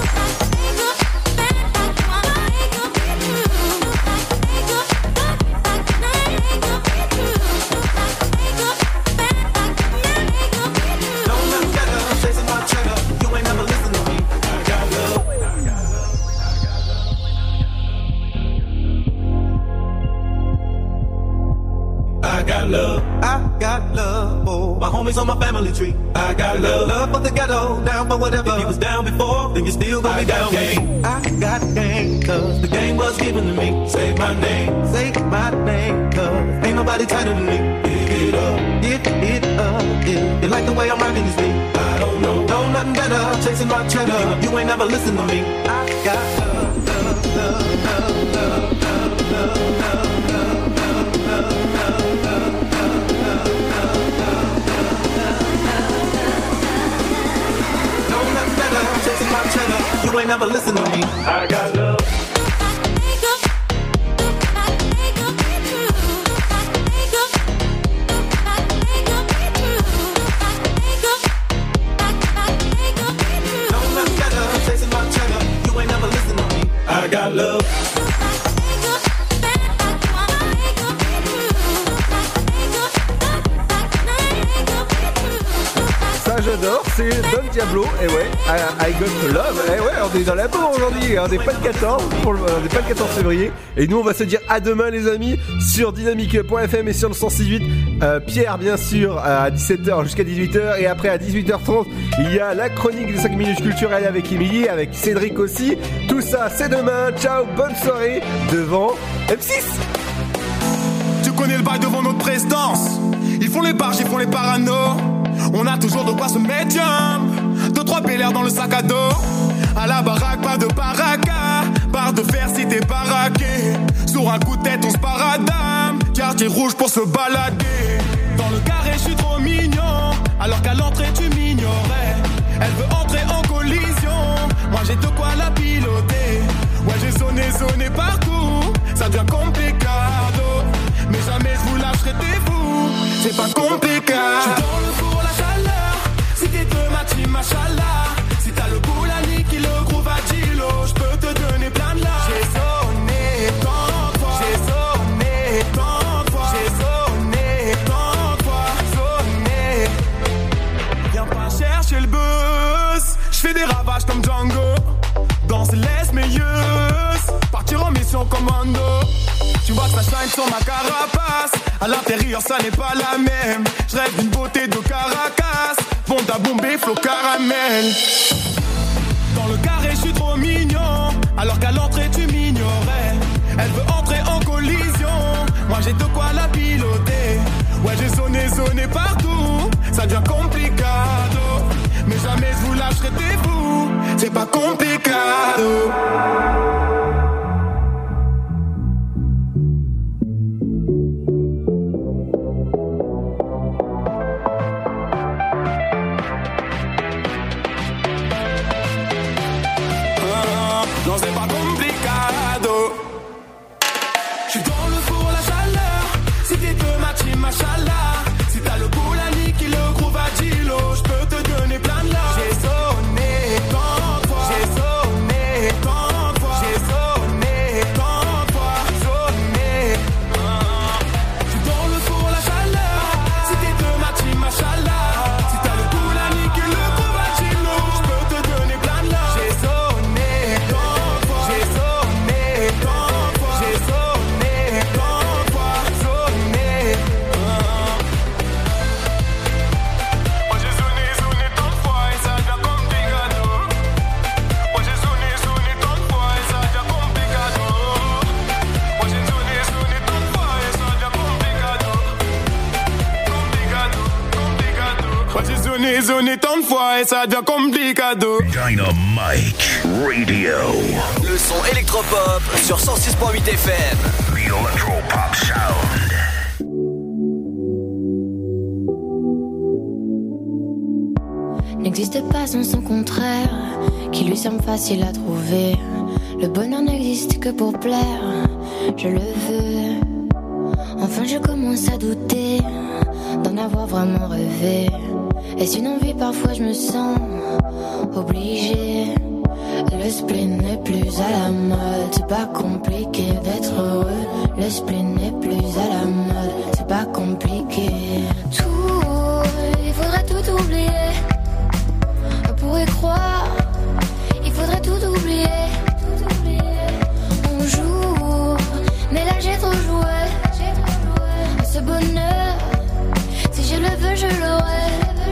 I got love for my homies on my family tree. I got love for the ghetto, down for whatever. If you was down before, then you still gonna be down. I got game, cause the game was given to me. Say my name, cause ain't nobody tighter than me. Give it up, if you like the way I'm rocking this beat. I don't know nothing better, chasing my cheddar. You ain't never listen to me. I got love. Chasing my cheddar, you ain't never listen to me. I got love. No nothing better, chasing my cheddar, you ain't never listen to me. I got love. J'adore, c'est Don Diablo, et ouais, I Got Love, et ouais, on est dans la bourre aujourd'hui, on n'est pas le 14, on n'est pas le 14 février, et nous on va se dire à demain les amis, sur dynamique.fm et sur le 106.8, Pierre bien sûr, à 17h jusqu'à 18h, et après à 18h30, il y a la chronique des 5 minutes culturelles avec Émilie, avec Cédric aussi, tout ça c'est demain, ciao, bonne soirée, devant M6. Tu connais le bail devant notre présidence, ils font les barges, ils font les paranos. On a toujours de quoi se mettre jump. 2-3 PLR dans le sac à dos. À la baraque, pas de paraca. Barre de fer si t'es baraqué. Sur un coup de tête, on se paradame. Quartier rouge pour se balader. Dans le carré, je suis trop mignon. Alors qu'à l'entrée, tu m'ignorais. Elle veut entrer en collision. Moi, j'ai de quoi la piloter. Ouais, j'ai sonné partout. Ça devient complicado. Mais jamais je vous lâcherai des fous. C'est pas compliqué. Je suis dans le four, la chaleur. Si t'es de ma team, machallah. Si t'as le boulani qui le groove à Gilo, je peux te donner plein de larmes. J'ai sonné tant de fois. J'ai sonné tant de fois. J'ai sonné tant de fois. Sonné. Viens pas chercher le buzz. Je fais des ravages comme Django. Dans laisse meilleuse. Partir en mission commando. Tu vois que ça shine sur ma carapace. À l'intérieur ça n'est pas la même. Je rêve d'une beauté de Caracas. Bon à bomber flow caramel. Dans le carré je suis trop mignon. Alors qu'à l'entrée tu m'ignorais. Elle veut entrer en collision. Moi j'ai de quoi la piloter. Ouais j'ai sonné partout. Ça devient complicado. Mais jamais je vous lâcherai des bouts. C'est pas complicado. Non, c'est pas complicado. J'suis dans le four, la chaleur. Si t'es de ma team, machallah. Si t'as le boulani qui le groove à Gilo, j'peux te donner plein de larmes. J'ai sonné tant de fois. J'ai sonné tant de fois. J'ai sonné tant de fois. Sonné. J'suis dans le four, la chaleur. raisonné tant de fois et ça devient complicado. Dynamite Radio. Le son électropop sur 106.8 FM. The Electropop Sound. N'existe pas sans son contraire, qui lui semble facile à trouver. Le bonheur n'existe que pour plaire, je le veux. Enfin je commence à douter d'en avoir vraiment rêvé. Est-ce une envie? Parfois je me sens obligée. Le spleen n'est plus à la mode, c'est pas compliqué d'être heureux. Le spleen n'est plus à la mode, c'est pas compliqué. Tout, il faudrait tout oublier. On pourrait croire, il faudrait tout oublier. On joue, mais là j'ai trop joué. Ce bonheur, si je le veux, je l'aurai.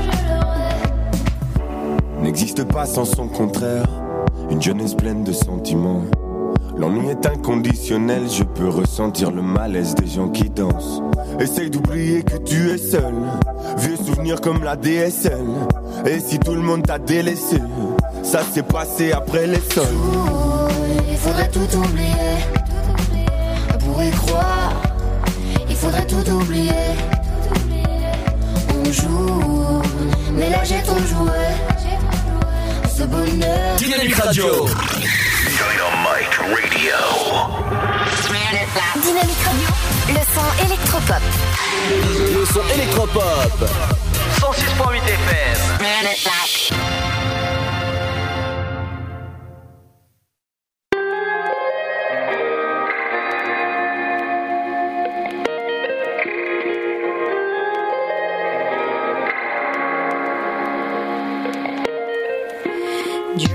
N'existe pas sans son contraire, une jeunesse pleine de sentiments. L'ennui est inconditionnel, je peux ressentir le malaise des gens qui dansent. Essaye d'oublier que tu es seul, vieux souvenirs comme la DSL. Et si tout le monde t'a délaissé, ça s'est passé après les sols. Il faudrait tout oublier, pour y croire. Il faudrait tout oublier. On joue, mais là j'ai trop joué. Ce bonheur. Dynamique Radio. Dynamique Radio. Le son électropop. Le son électropop. 106.8 FM.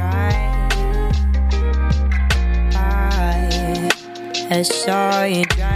I saw you drive.